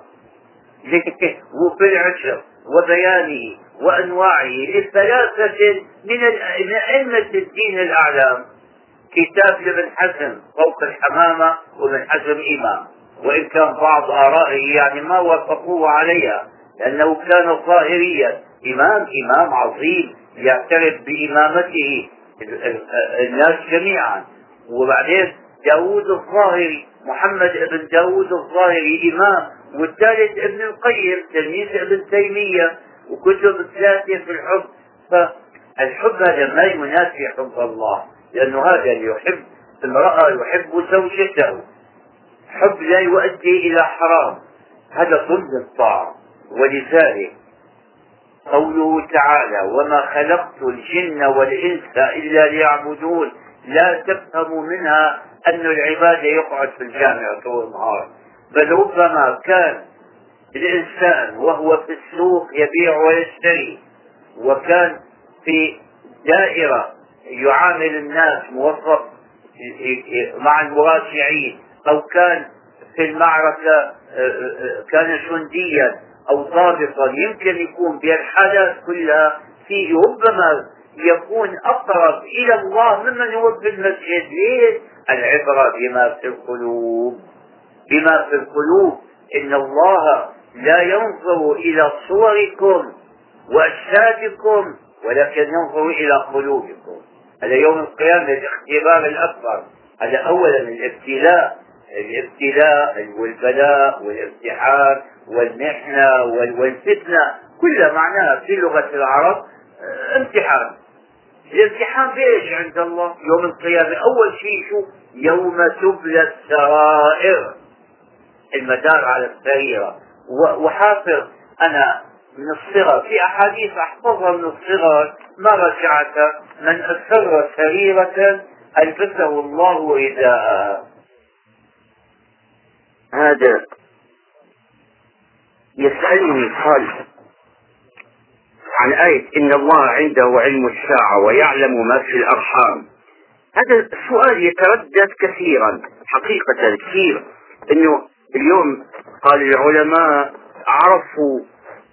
وفي العشق وبيانه وأنواعه ل3 من أئمة الدين الأعلام. كتاب لابن حزم فوق الحمامة، وابن حزم إمام، وإن كان بعض آرائه يعني ما وافقوه عليها لأنه كان ظاهريا. إمام عظيم يعترف بإمامته الناس جميعا. وبعدين داود الظاهري، محمد ابن داود الظاهري إمام، والثالث ابن القيم تلميذ ابن تيمية، وكتب 3 في الحب. فالحب هذا ما ينافي حب الله، لأنه هذا اللي يحب امرأة يحب زوجته، حب لا يؤدي إلى حرام، هذا ضمن الطاعة. ولذلك قوله تعالى وما خلقت الجن والإنس إلا ليعبدون لا تفهم منها أن العبادة يقعد في الجامع طول النهار، بل ربما كان الإنسان وهو في السوق يبيع ويشتري، وكان في دائرة يعامل الناس موظف مع المراجعين، أو كان في المعركة كان جنديا أو ضابطا، يمكن يكون بهالحالات كلها فيه ربما يكون أقرب إلى الله ممن هو في المسجد. ليه؟ العبرة بما في القلوب، بما في القلوب. إن الله لا ينظر إلى صوركم وأجسادكم ولكن ينظر إلى قلوبكم. هذا يوم القيامة الاختبار الأكبر. هذا أولا الابتلاء والبلاء والامتحان والمحنة والفتنة كلها معناها في لغة العرب امتحان. الامتحان بإيش عند الله يوم القيامة؟ أول شيء شو؟ يوم تبلى السرائر، المدار على السريرة. وحافظ أنا من الصغر في أحاديث أحفظها من الصغر ما رجعت: من أسر سريرة ألبسه الله رداءها. هذا يسألني قال عن آية إن الله عنده علم الساعة ويعلم ما في الأرحام. هذا السؤال يتردد كثيرا حقيقة كثير، إنه اليوم قال العلماء عرفوا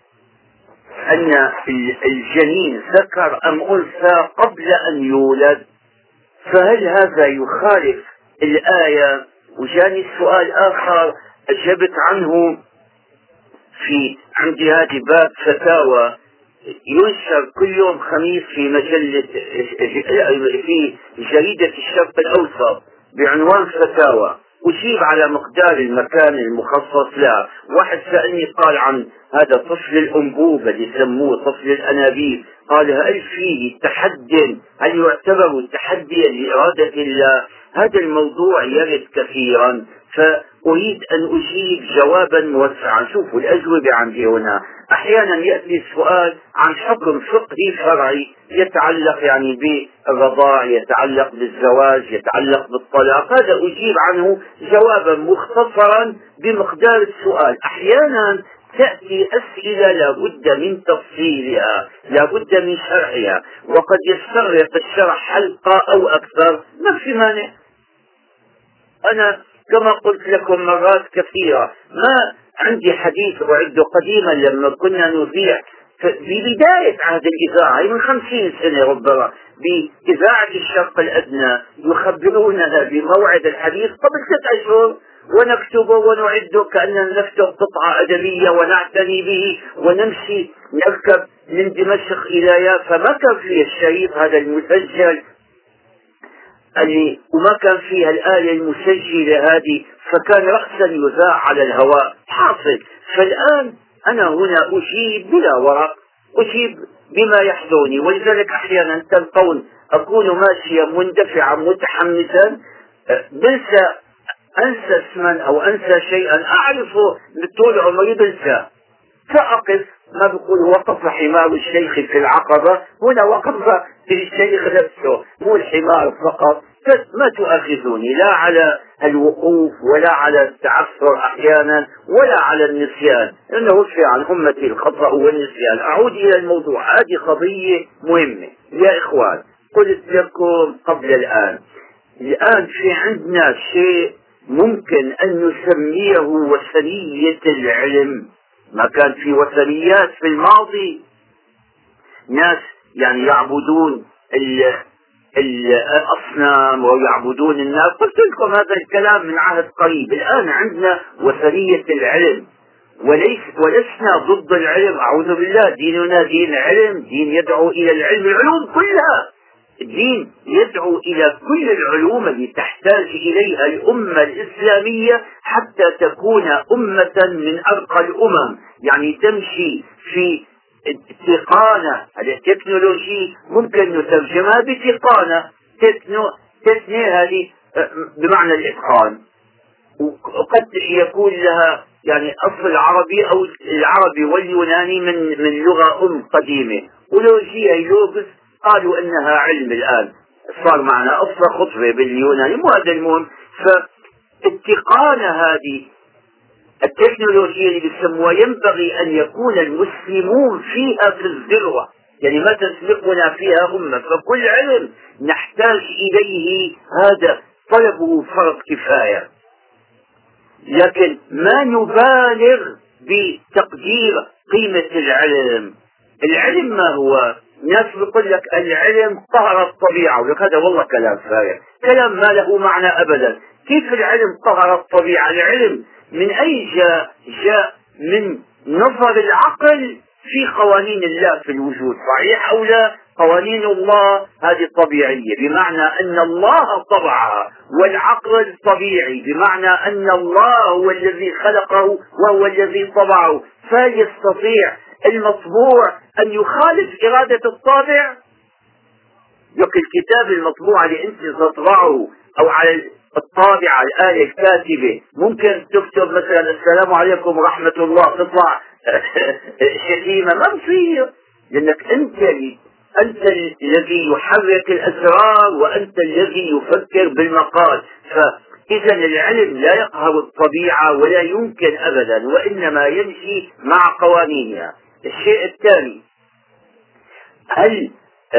أن الجنين ذكر أم أنثى قبل أن يولد، فهل هذا يخالف الآية؟ وجاني السؤال آخر أجبت عنه في عندي هذه باب فتاوى ينشر كل يوم خميس في مجلة في جريدة الشرق الأوسط بعنوان فتاوى، أجيب على مقدار المكان المخصص له. واحد سألني قال عن هذا طفل الأنبوبة اللي يسموه طفل الأنابيب، قال هل فيه تحدي؟ هل يعتبر تحديا لإرادة الله؟ هذا الموضوع يرد كثيرا، فأريد أن أجيب جوابا موسعا. شوفوا الأجوبة عندي هنا. أحيانا يأتي السؤال عن حكم فقهي فرعي يتعلق يعني بالرضاع، يتعلق بالزواج، يتعلق بالطلاق، هذا أجيب عنه جوابا مختصرا بمقدار السؤال. أحيانا تأتي أسئلة لابد من تفصيلها، لابد من شرحها، وقد يستغرق الشرح حلقة أو أكثر، ما في مانع. أنا كما قلت لكم مرات كثيرة ما عندي حديث أعده قديما لما كنا نذيع في بداية عهد الإذاعة من 50 سنة ربما بإذاعة الشرق الأدنى، يخبروننا بموعد الحديث قبل 6 أشهر، ونكتبه ونعده كأننا نكتب قطعة أدبية ونعتني به ونمشي نركب من دمشق إلى يافا. ما كان فيه الشريط هذا المسجل وما كان فيها الآلة المسجلة هذه، فكان رأسا يذاع على الهواء حاصل. فالآن أنا هنا أجيب بلا ورق، أجيب بما يحضرني، ولذلك أحيانا تلقون أكون ماشيا مندفعا متحمسا أنسى اسما أو أنسى شيئا أعرفه طول عمري بنسى، فأقف. ما بقول وقف حمار الشيخ في العقبة، هنا وقف الشيخ نفسه مو الحمار فقط. ما تؤاخذوني لا على الوقوف ولا على التعثر أحيانا ولا على النسيان، لأنه وفي عن أمتي الخطأ والنسيان. أعود إلى الموضوع. هذه قضية مهمة يا إخوان. قلت لكم قبل الآن في عندنا شيء ممكن أن نسميه وثنية العلم. ما كان في وثنيات في الماضي، ناس يعني يعبدون الأصنام ويعبدون الناس. قلت لكم هذا الكلام من عهد قريب. الآن عندنا وثنية العلم، ولسنا ضد العلم، أعوذ بالله. ديننا دين علم، دين يدعو إلى العلم، العلوم كلها. الدين يدعو إلى كل العلوم التي تحتاج إليها الأمة الإسلامية حتى تكون أمة من أرقى الأمم، يعني تمشي في تقانة. التكنولوجي ممكن نترجمها بتقانة، تكنو هذه بمعنى الإتقان. وقد يكون لها يعني أصل عربي أو العربي واليوناني من لغة قديمة، ولو جي هي لغز قالوا أنها علم. الآن صار معنا أصل خطبة باليوناني، مو هذا المهم. فاتقان هذه التكنولوجيا اللي بيسموها ينبغي أن يكون المسلمون فيها في الذروة، يعني ما تسبقنا فيها أمة. فكل علم نحتاج إليه، هذا طلبه فرض كفاية، لكن ما نبالغ بتقدير قيمة العلم. العلم ما هو؟ ناس بيقول لك العلم قهر الطبيعة، ولك هذا والله كلام فارغ، كلام ما له معنى أبدا. كيف العلم قهر الطبيعة؟ العلم من أي جاء؟ جاء من نظر العقل في قوانين الله في الوجود، صحيح أو لا؟ قوانين الله هذه طبيعية بمعنى أن الله طبعها، والعقل طبيعي بمعنى أن الله هو الذي خلقه وهو الذي طبعه. فيستطيع المطبوع أن يخالف إرادة الطابع؟ لك الكتاب المطبوع اللي أنت تطبعه أو على الطابعة الآلة الكاتبة ممكن تكتب مثلا السلام عليكم ورحمة الله، تطلع شتيمة؟ ما بصير، لأنك أنت الذي يحرك الأسرار، وأنت الذي يفكر بالمقال. فإذا العلم لا يقهر الطبيعة ولا يمكن أبدا، وإنما يمشي مع قوانينها. الشيء الثاني، هل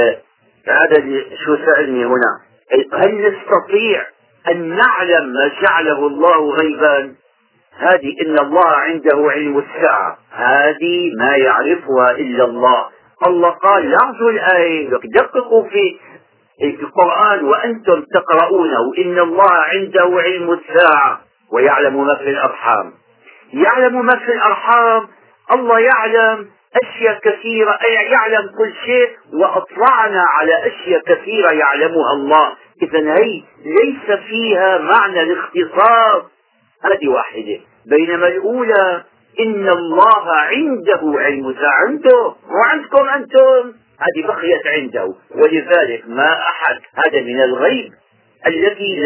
هذا شو سألني هنا، هل نستطيع أن نعلم ما جعله الله غيبا؟ هذه إن الله عنده علم الساعة، هذه ما يعرفها إلا الله. الله قال لاحظوا الآية، دققوا في القرآن وأنتم تقرؤونه، إن الله عنده علم الساعة ويعلم ما في الأرحام. يعلم ما في الأرحام، الله يعلم أشياء كثيرة، يعلم كل شيء، وأطلعنا على أشياء كثيرة يعلمها الله. إذن هي ليس فيها معنى الاختصاص، هذه واحدة. بينما الأولى إن الله عنده علم الساعة، عنده وعندكم أنتم، هذه بقيت عنده. ولذلك ما أحد، هذا من الغيب الذي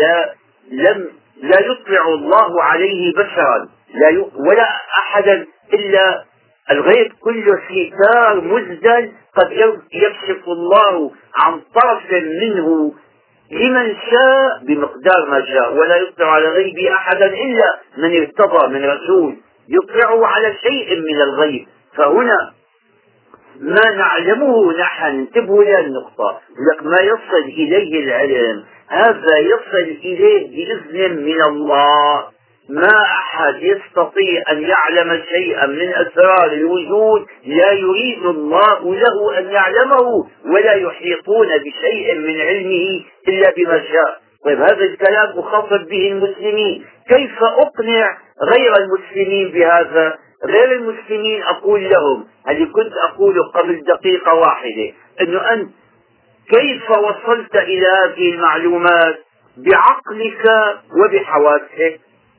لا يطلع الله عليه بشرا، ولا أحدا إلا الغيب كله ستار مزدل، قد يكشف الله عن طرف منه لمن شاء بمقدار ما شاء، ولا يطلع على غيب أحدا إلا من ارتضى من رسول يطلعه على شيء من الغيب. فهنا ما نعلمه نحن، انتبهوا إلى النقطة، لك ما يصل إليه العلم هذا يصل إليه بإذن من الله. ما أحد يستطيع أن يعلم شيئا من أسرار الوجود لا يريد الله له أن يعلمه، ولا يحيطون بشيء من علمه إلا بما شاء. طيب هذا الكلام أخاطب به المسلمين، كيف أقنع غير المسلمين بهذا؟ غير المسلمين أقول لهم اللي كنت أقوله قبل دقيقة واحدة، أنه أنت كيف وصلت إلى هذه المعلومات؟ بعقلك وبحواسك.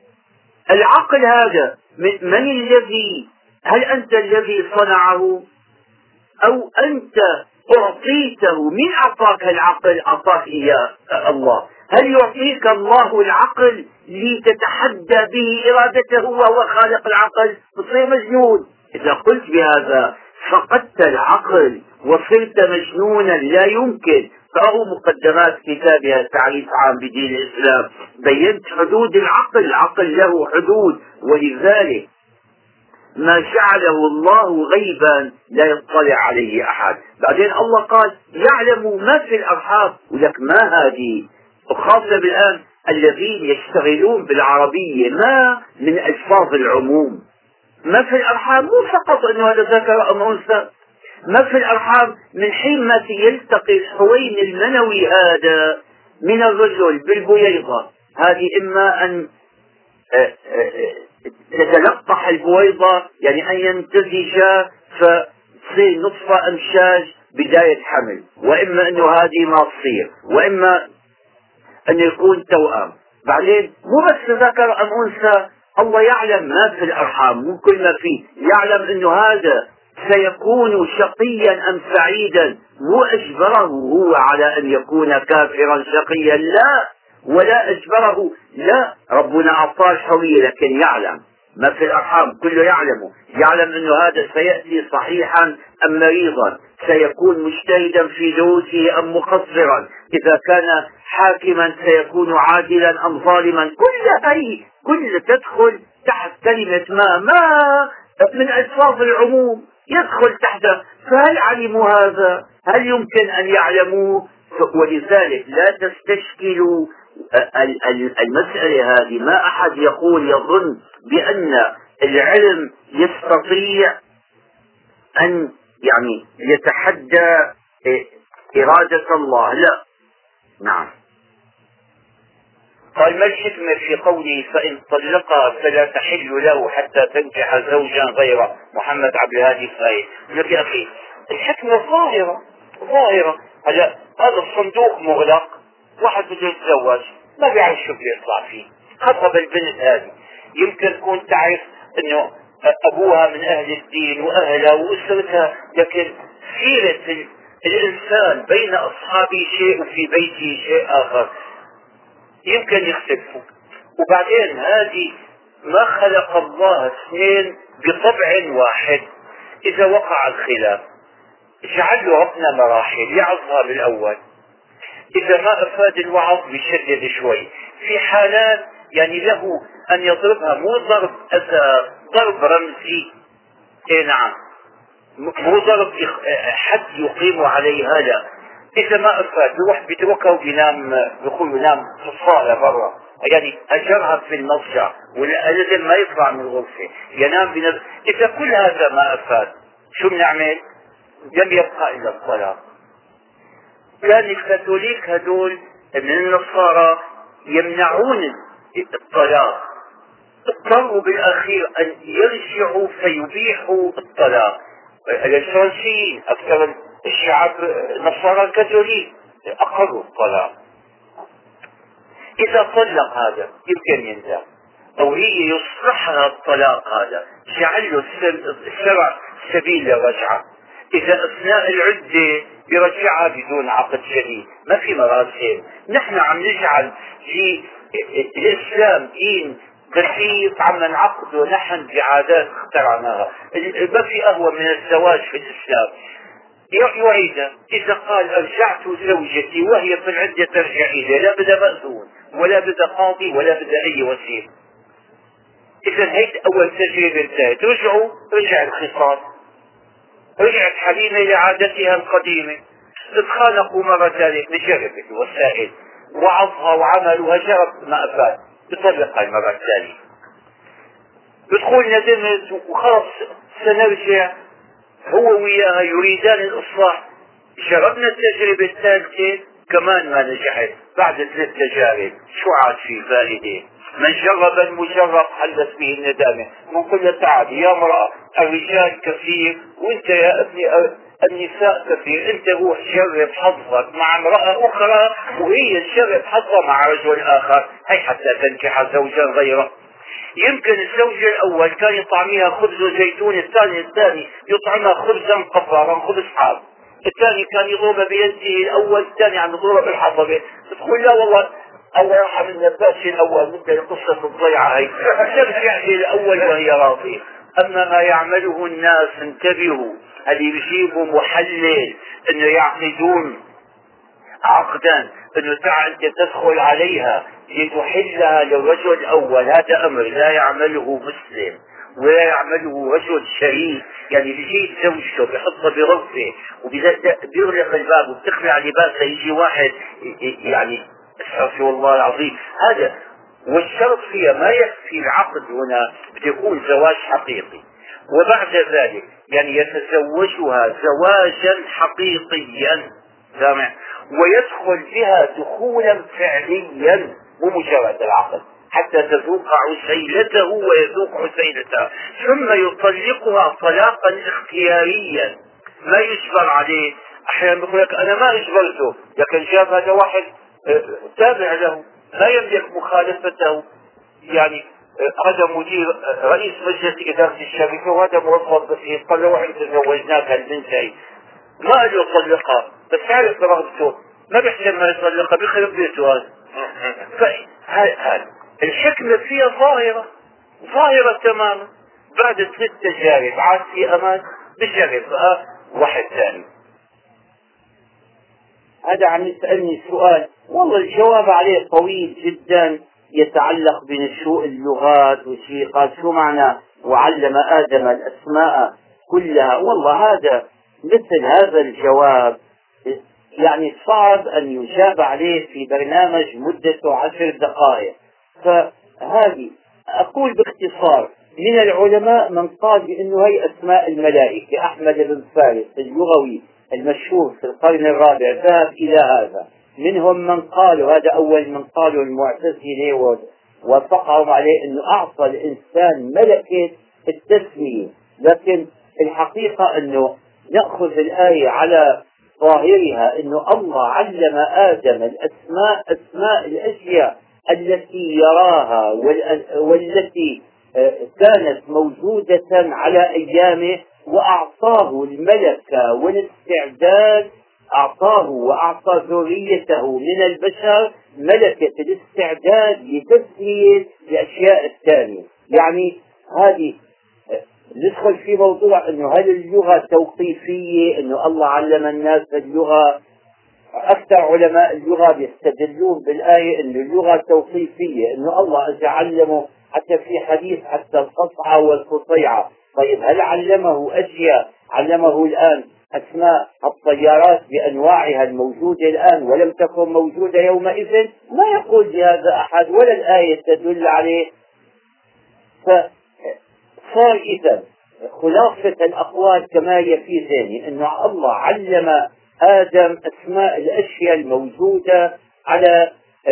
العقل هذا من الذي، هل أنت الذي صنعه أو أنت أعطيته؟ من أعطاك العقل؟ أعطاك إياه الله. هل يعطيك الله العقل لتتحدى به إرادته وهو خالق العقل؟ تصير مجنون. إذا قلت بهذا فقدت العقل وصرت مجنونا، لا يمكن. قرأوا مقدمات كتابها تعريف عام بدين الإسلام، بينت حدود العقل، العقل له حدود، ولذلك ما جعله الله غيبا لا يطلع عليه أحد. بعدين الله قال يعلم ما في الأرحام، ولك ما هذه؟ وخاصة الآن الذين يشتغلون بالعربية، ما من ألفاظ العموم. ما في الأرحام مو فقط أنه هذا ذكر أم أنثى، ما في الأرحام من حين ما يلتقي الحوين المنوي هذا من الرجل بالبويضة، هذه إما أن تتلقح البويضة، يعني أن يمتزجا فتصير نطفة أمشاج بداية حمل، وإما أنه هذه ما تصير، وإما أن يكون توأم. بعدين مو بس ذكر أم أنثى، الله يعلم ما في الأرحام، مو كل ما فيه، يعلم أنه هذا سيكون شقيا أم سعيدا، مو أجبره هو على أن يكون كافرا شقيا، لا، ولا أجبره، لا، ربنا أعطاه الحرية لكن يعلم ما في الأرحام، كله يعلم أنه هذا سيأتي صحيحا أم مريضا، سيكون مجتهدا في دروسه أم مقصرا، إذا كان حاكما سيكون عادلا أم ظالما، كل تدخل تحت كلمة ما من ألفاظ العموم يدخل تحته. فهل علموا هذا؟ هل يمكن أن يعلموه؟ ولذلك لا تستشكلوا المسألة هذه. ما أحد يظن بأن العلم يستطيع أن يتحدى إرادة الله، لا. نعم. قال ما الحكمة في قوله فإن طلقها فلا تحل له حتى تنكح زوجا غيره؟ محمد عبد الهادي الفايد يقول يا أخي الحكمة ظاهرة. هذا الصندوق مغلق، واحد بده يتزوج ما بيعرف شو بده يطلع فيه، خطب البنت هذه، يمكن تكون تعرف انه ابوها من اهل الدين واهلها واسرتها، لكن سيرة الانسان بين اصحابه شيء وفي بيته شيء اخر، يمكن يختلفوا. وبعدين هذه ما خلق الله اثنين بطبع واحد، اذا وقع الخلاف جعل له ربنا مراحل يعظها بالاول، إذا ما أفاد الوعظ بيشدد شوي، في حالات له أن يضربها مو ضرب أذى، ضرب رمزي. نعم، مو ضرب حد يقيم عليها، لا. إذا ما أفاد بيروح بيتركها وبينام، بيقول ينام في الصالة برا، أجرها في المضجع والأذن ما يطلع من الغرفة، ينام بنفسه. إذا كل هذا ما أفاد شو بنعمل؟ لم يبقى إلا الطلاق. كان الكاثوليك هدول من النصارى يمنعون الطلاق، اضطروا بالاخير ان يرجعوا فيبيحوا الطلاق. الفرنسيين اكثر الشعب النصارى الكاثوليك اقروا الطلاق. اذا طلق هذا يمكن يندم، او هي يصلحها الطلاق هذا، جعل له الشرع سبيل للرجعه. إذا أثناء العدة يرجعها بدون عقد جديد، ما في مراسم. نحن عم نجعل في الإسلام دين بسيط عم نعقده نحن بعادات اخترعناها. ما في أهوى من الزواج في الإسلام. يعيد إذا قال أرجعت زوجتي وهي في العدة ترجع إليه، لا بد مأذون ولا بد قاضي ولا بد أي وسيل. إذا هيك أول تجربة انتهت، رجع الخصام، رجعت حليمة لعادتها القديمة، اتخانقوا مرة ثانية، نجربت الوسائل وعظها وعملوا جرب ما أفاد، بطلقها المرة الثانية، بدخول ندمت وخلص سنرجع، هو وياها يريدان الإصلاح. جربنا التجربة الثالثة كمان ما نجحت، بعد 3 تجارب شو عاد في فائدة؟ من جرب المجرب حلت به الندامة. من كل تعب يا امرأة، الرجال كثير وانت يا ابني النساء كثير، انت روح جرب حظك مع امرأة اخرى وهي تجرب حظها مع رجل اخر، هي حتى تنكح زوجا غيره. يمكن الزوج الاول كان يطعميها خبز وزيتون، الثاني يطعمها خبزا قفارا، خبز حار، الثاني كان يضربها بيده الاول، الثاني عم يضربها بالحصبة، تقول لا والله الله يرحم النباتي الاول، مثل قصة الضيعة هي، ترجع الاول وهي راضية. اما ما يعمله الناس، انتبهوا، اللي بيجيبوا محلل انه يعقدون عقدا انه تعال انت تدخل عليها لتحلها للرجل الاول، هذا امر لا يعمله مسلم ولا يعمله رجل شريف. بيجي زوجته بيحطها بغرفه وبيغلق الباب وبتخلع لباسها، يجي واحد استغفر الله العظيم، هذا والشرط فيها ما يكفي العقد، هنا بده يكون زواج حقيقي، وبعد ذلك يتزوجها زواجا حقيقيا، سامع، ويدخل بها دخولا فعليا مو مجرد العقد، حتى تذوق عسيلته ويذوق عسيلتها، ثم يطلقها طلاقا اختياريا ما يجبر عليه. احيانا بيقول لك انا ما اجبرته، لكن جاب هذا واحد تابع له لا يملك مخالفته، هذا مدير رئيس مجلس إدارة الشركة وهذا موظف بسيط، قال له واحد تزوجناك البنت هي، ما قال له طلقها، بس عارف برغبته، ما بيحسن ما يطلقها، بيخرب بيته هذا، الحكمة فيها ظاهرة تماما. بعد 3 تجارب عاد في أمان بجرب واحد ثاني. هذا عم يسألني سؤال والله الجواب عليه طويل جدا، يتعلق بنشوء اللغات وشيء. قال شو معنى وعلم آدم الأسماء كلها؟ والله هذا مثل هذا الجواب يعني صعب أن يجاب عليه في برنامج مدته 10 دقائق. فهذه أقول باختصار، من العلماء من قال بأنه هي أسماء الملائكة. أحمد بن فارس اللغوي المشهور في القرن الرابع ذهب إلى هذا. منهم من قالوا، هذا أول من قالوا المعتزلة وفقهم عليه، أنه أعطى الإنسان ملكة التسمية. لكن الحقيقة أنه نأخذ الآية على ظاهرها، أنه الله علم آدم أسماء الأشياء التي يراها والتي كانت موجودة على أيامه، وأعطاه الملكة والاستعداد. أعطاه وأعطى ذريته من البشر ملكة الاستعداد لتسمية الأشياء الثانية. يعني هذه ندخل في موضوع أنه هل اللغة توقيفية، أنه الله علم الناس اللغة. أكثر علماء اللغة بيستدلون بالآية أن اللغة توقيفية، أنه الله إذا علمه حتى في حديث حتى القصعة والقصيعة. طيب هل علمه أشياء علمه الآن أسماء الطيارات بأنواعها الموجودة الآن ولم تكن موجودة يومئذ؟ ما يقول بهذا أحد ولا الآية تدل عليه. فصار إذا خلاصة الأقوال كما هي في ذهني، أنه الله علم آدم أسماء الأشياء الموجودة على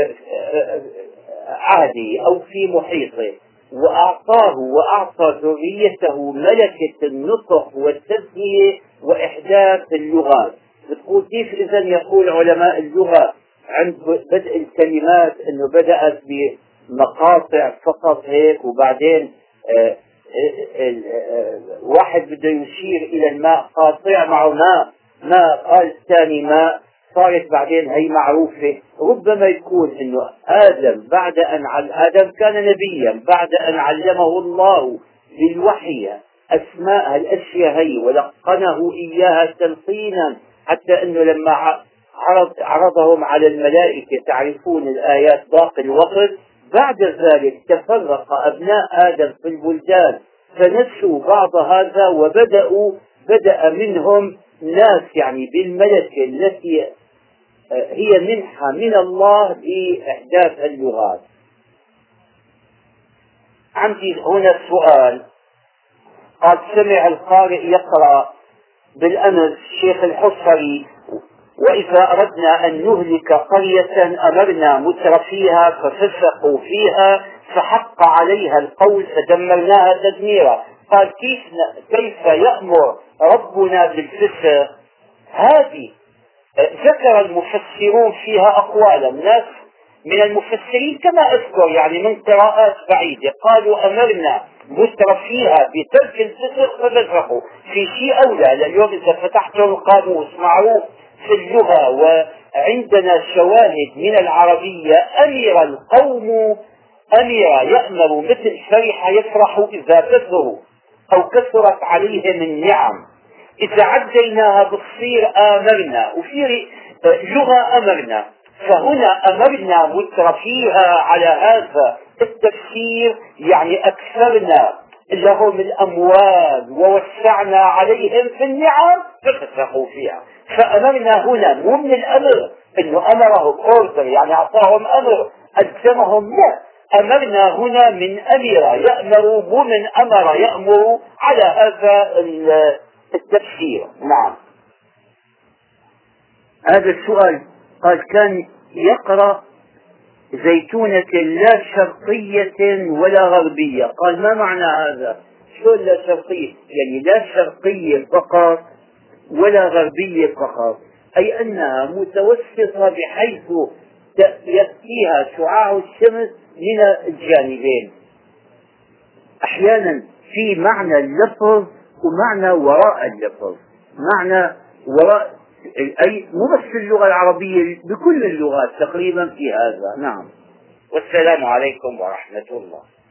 عهده أو في محيطه، وأعطاه وأعطى ذريته ملكة النطق والتسمية وإحداث اللغات. بتقول كيف إذا يقول علماء اللغة عند بدء الكلمات أنه بدأت بمقاطع فقط هيك، وبعدين واحد بده يشير إلى الماء قاطع معه ماء قال الثاني ماء، صارت بعدين هي معروفة. ربما يكون انه آدم كان نبيا، بعد ان علمه الله بالوحي اسماء الاشياء هي ولقنه اياها تلقينا، حتى انه لما عرضهم على الملائكة تعرفون الايات باقي الوقت، بعد ذلك تفرق ابناء آدم في البلدان فنسوا بعض هذا، بدأ منهم ناس يعني بالملكة التي هي منحة من الله بإحداث اللغات. عندي هنا سؤال. قد سمع القارئ يقرأ بالأمس شيخ الحصري: وإذا أردنا أن نهلك قرية أمرنا مترفيها ففسقوا فيها فحق عليها القول فدمرناها تدميرا. قال كيف يأمر ربنا بالفسق؟ هذه ذكر المفسرون فيها أقوالا، ناس من المفسرين كما أذكر يعني من قراءات بعيدة قالوا أمرنا مترفيها بترك الفسق ففسقوا. في شيء أولى، لأنه إذا فتحتوا القاموس معروف في اللغة وعندنا شواهد من العربية: أمر القوم أمر يأمر مثل فرح يفرح إذا كثروا أو كثرت عليهم النعم. إذا عديناها بتصير آمرنا، وفي لغة أمرنا، فهنا أمرنا مترفيها على هذا التفسير، يعني أكثرنا لهم الأموال ووسعنا عليهم في النعم ففسقوا فيها. فأمرنا هنا مو من الأمر إنه أمرهم أوردر يعني أعطاهم أمر ألزمهم، لا، أمرنا هنا من أمر يأمر مو من أمر يأمر، على هذا التفسير. نعم. هذا السؤال قال كان يقرأ زيتونة لا شرقية ولا غربية. قال ما معنى هذا؟ شو لا شرقية؟ يعني لا شرقية فقط ولا غربية فقط، أي أنها متوسطة بحيث يأتيها شعاع الشمس من الجانبين. أحيانا في معنى اللفظ ومعنى وراء اللفظ. معنى وراء أي مو بس في اللغة العربية، بكل اللغات تقريبا في هذا. نعم. والسلام عليكم ورحمة الله.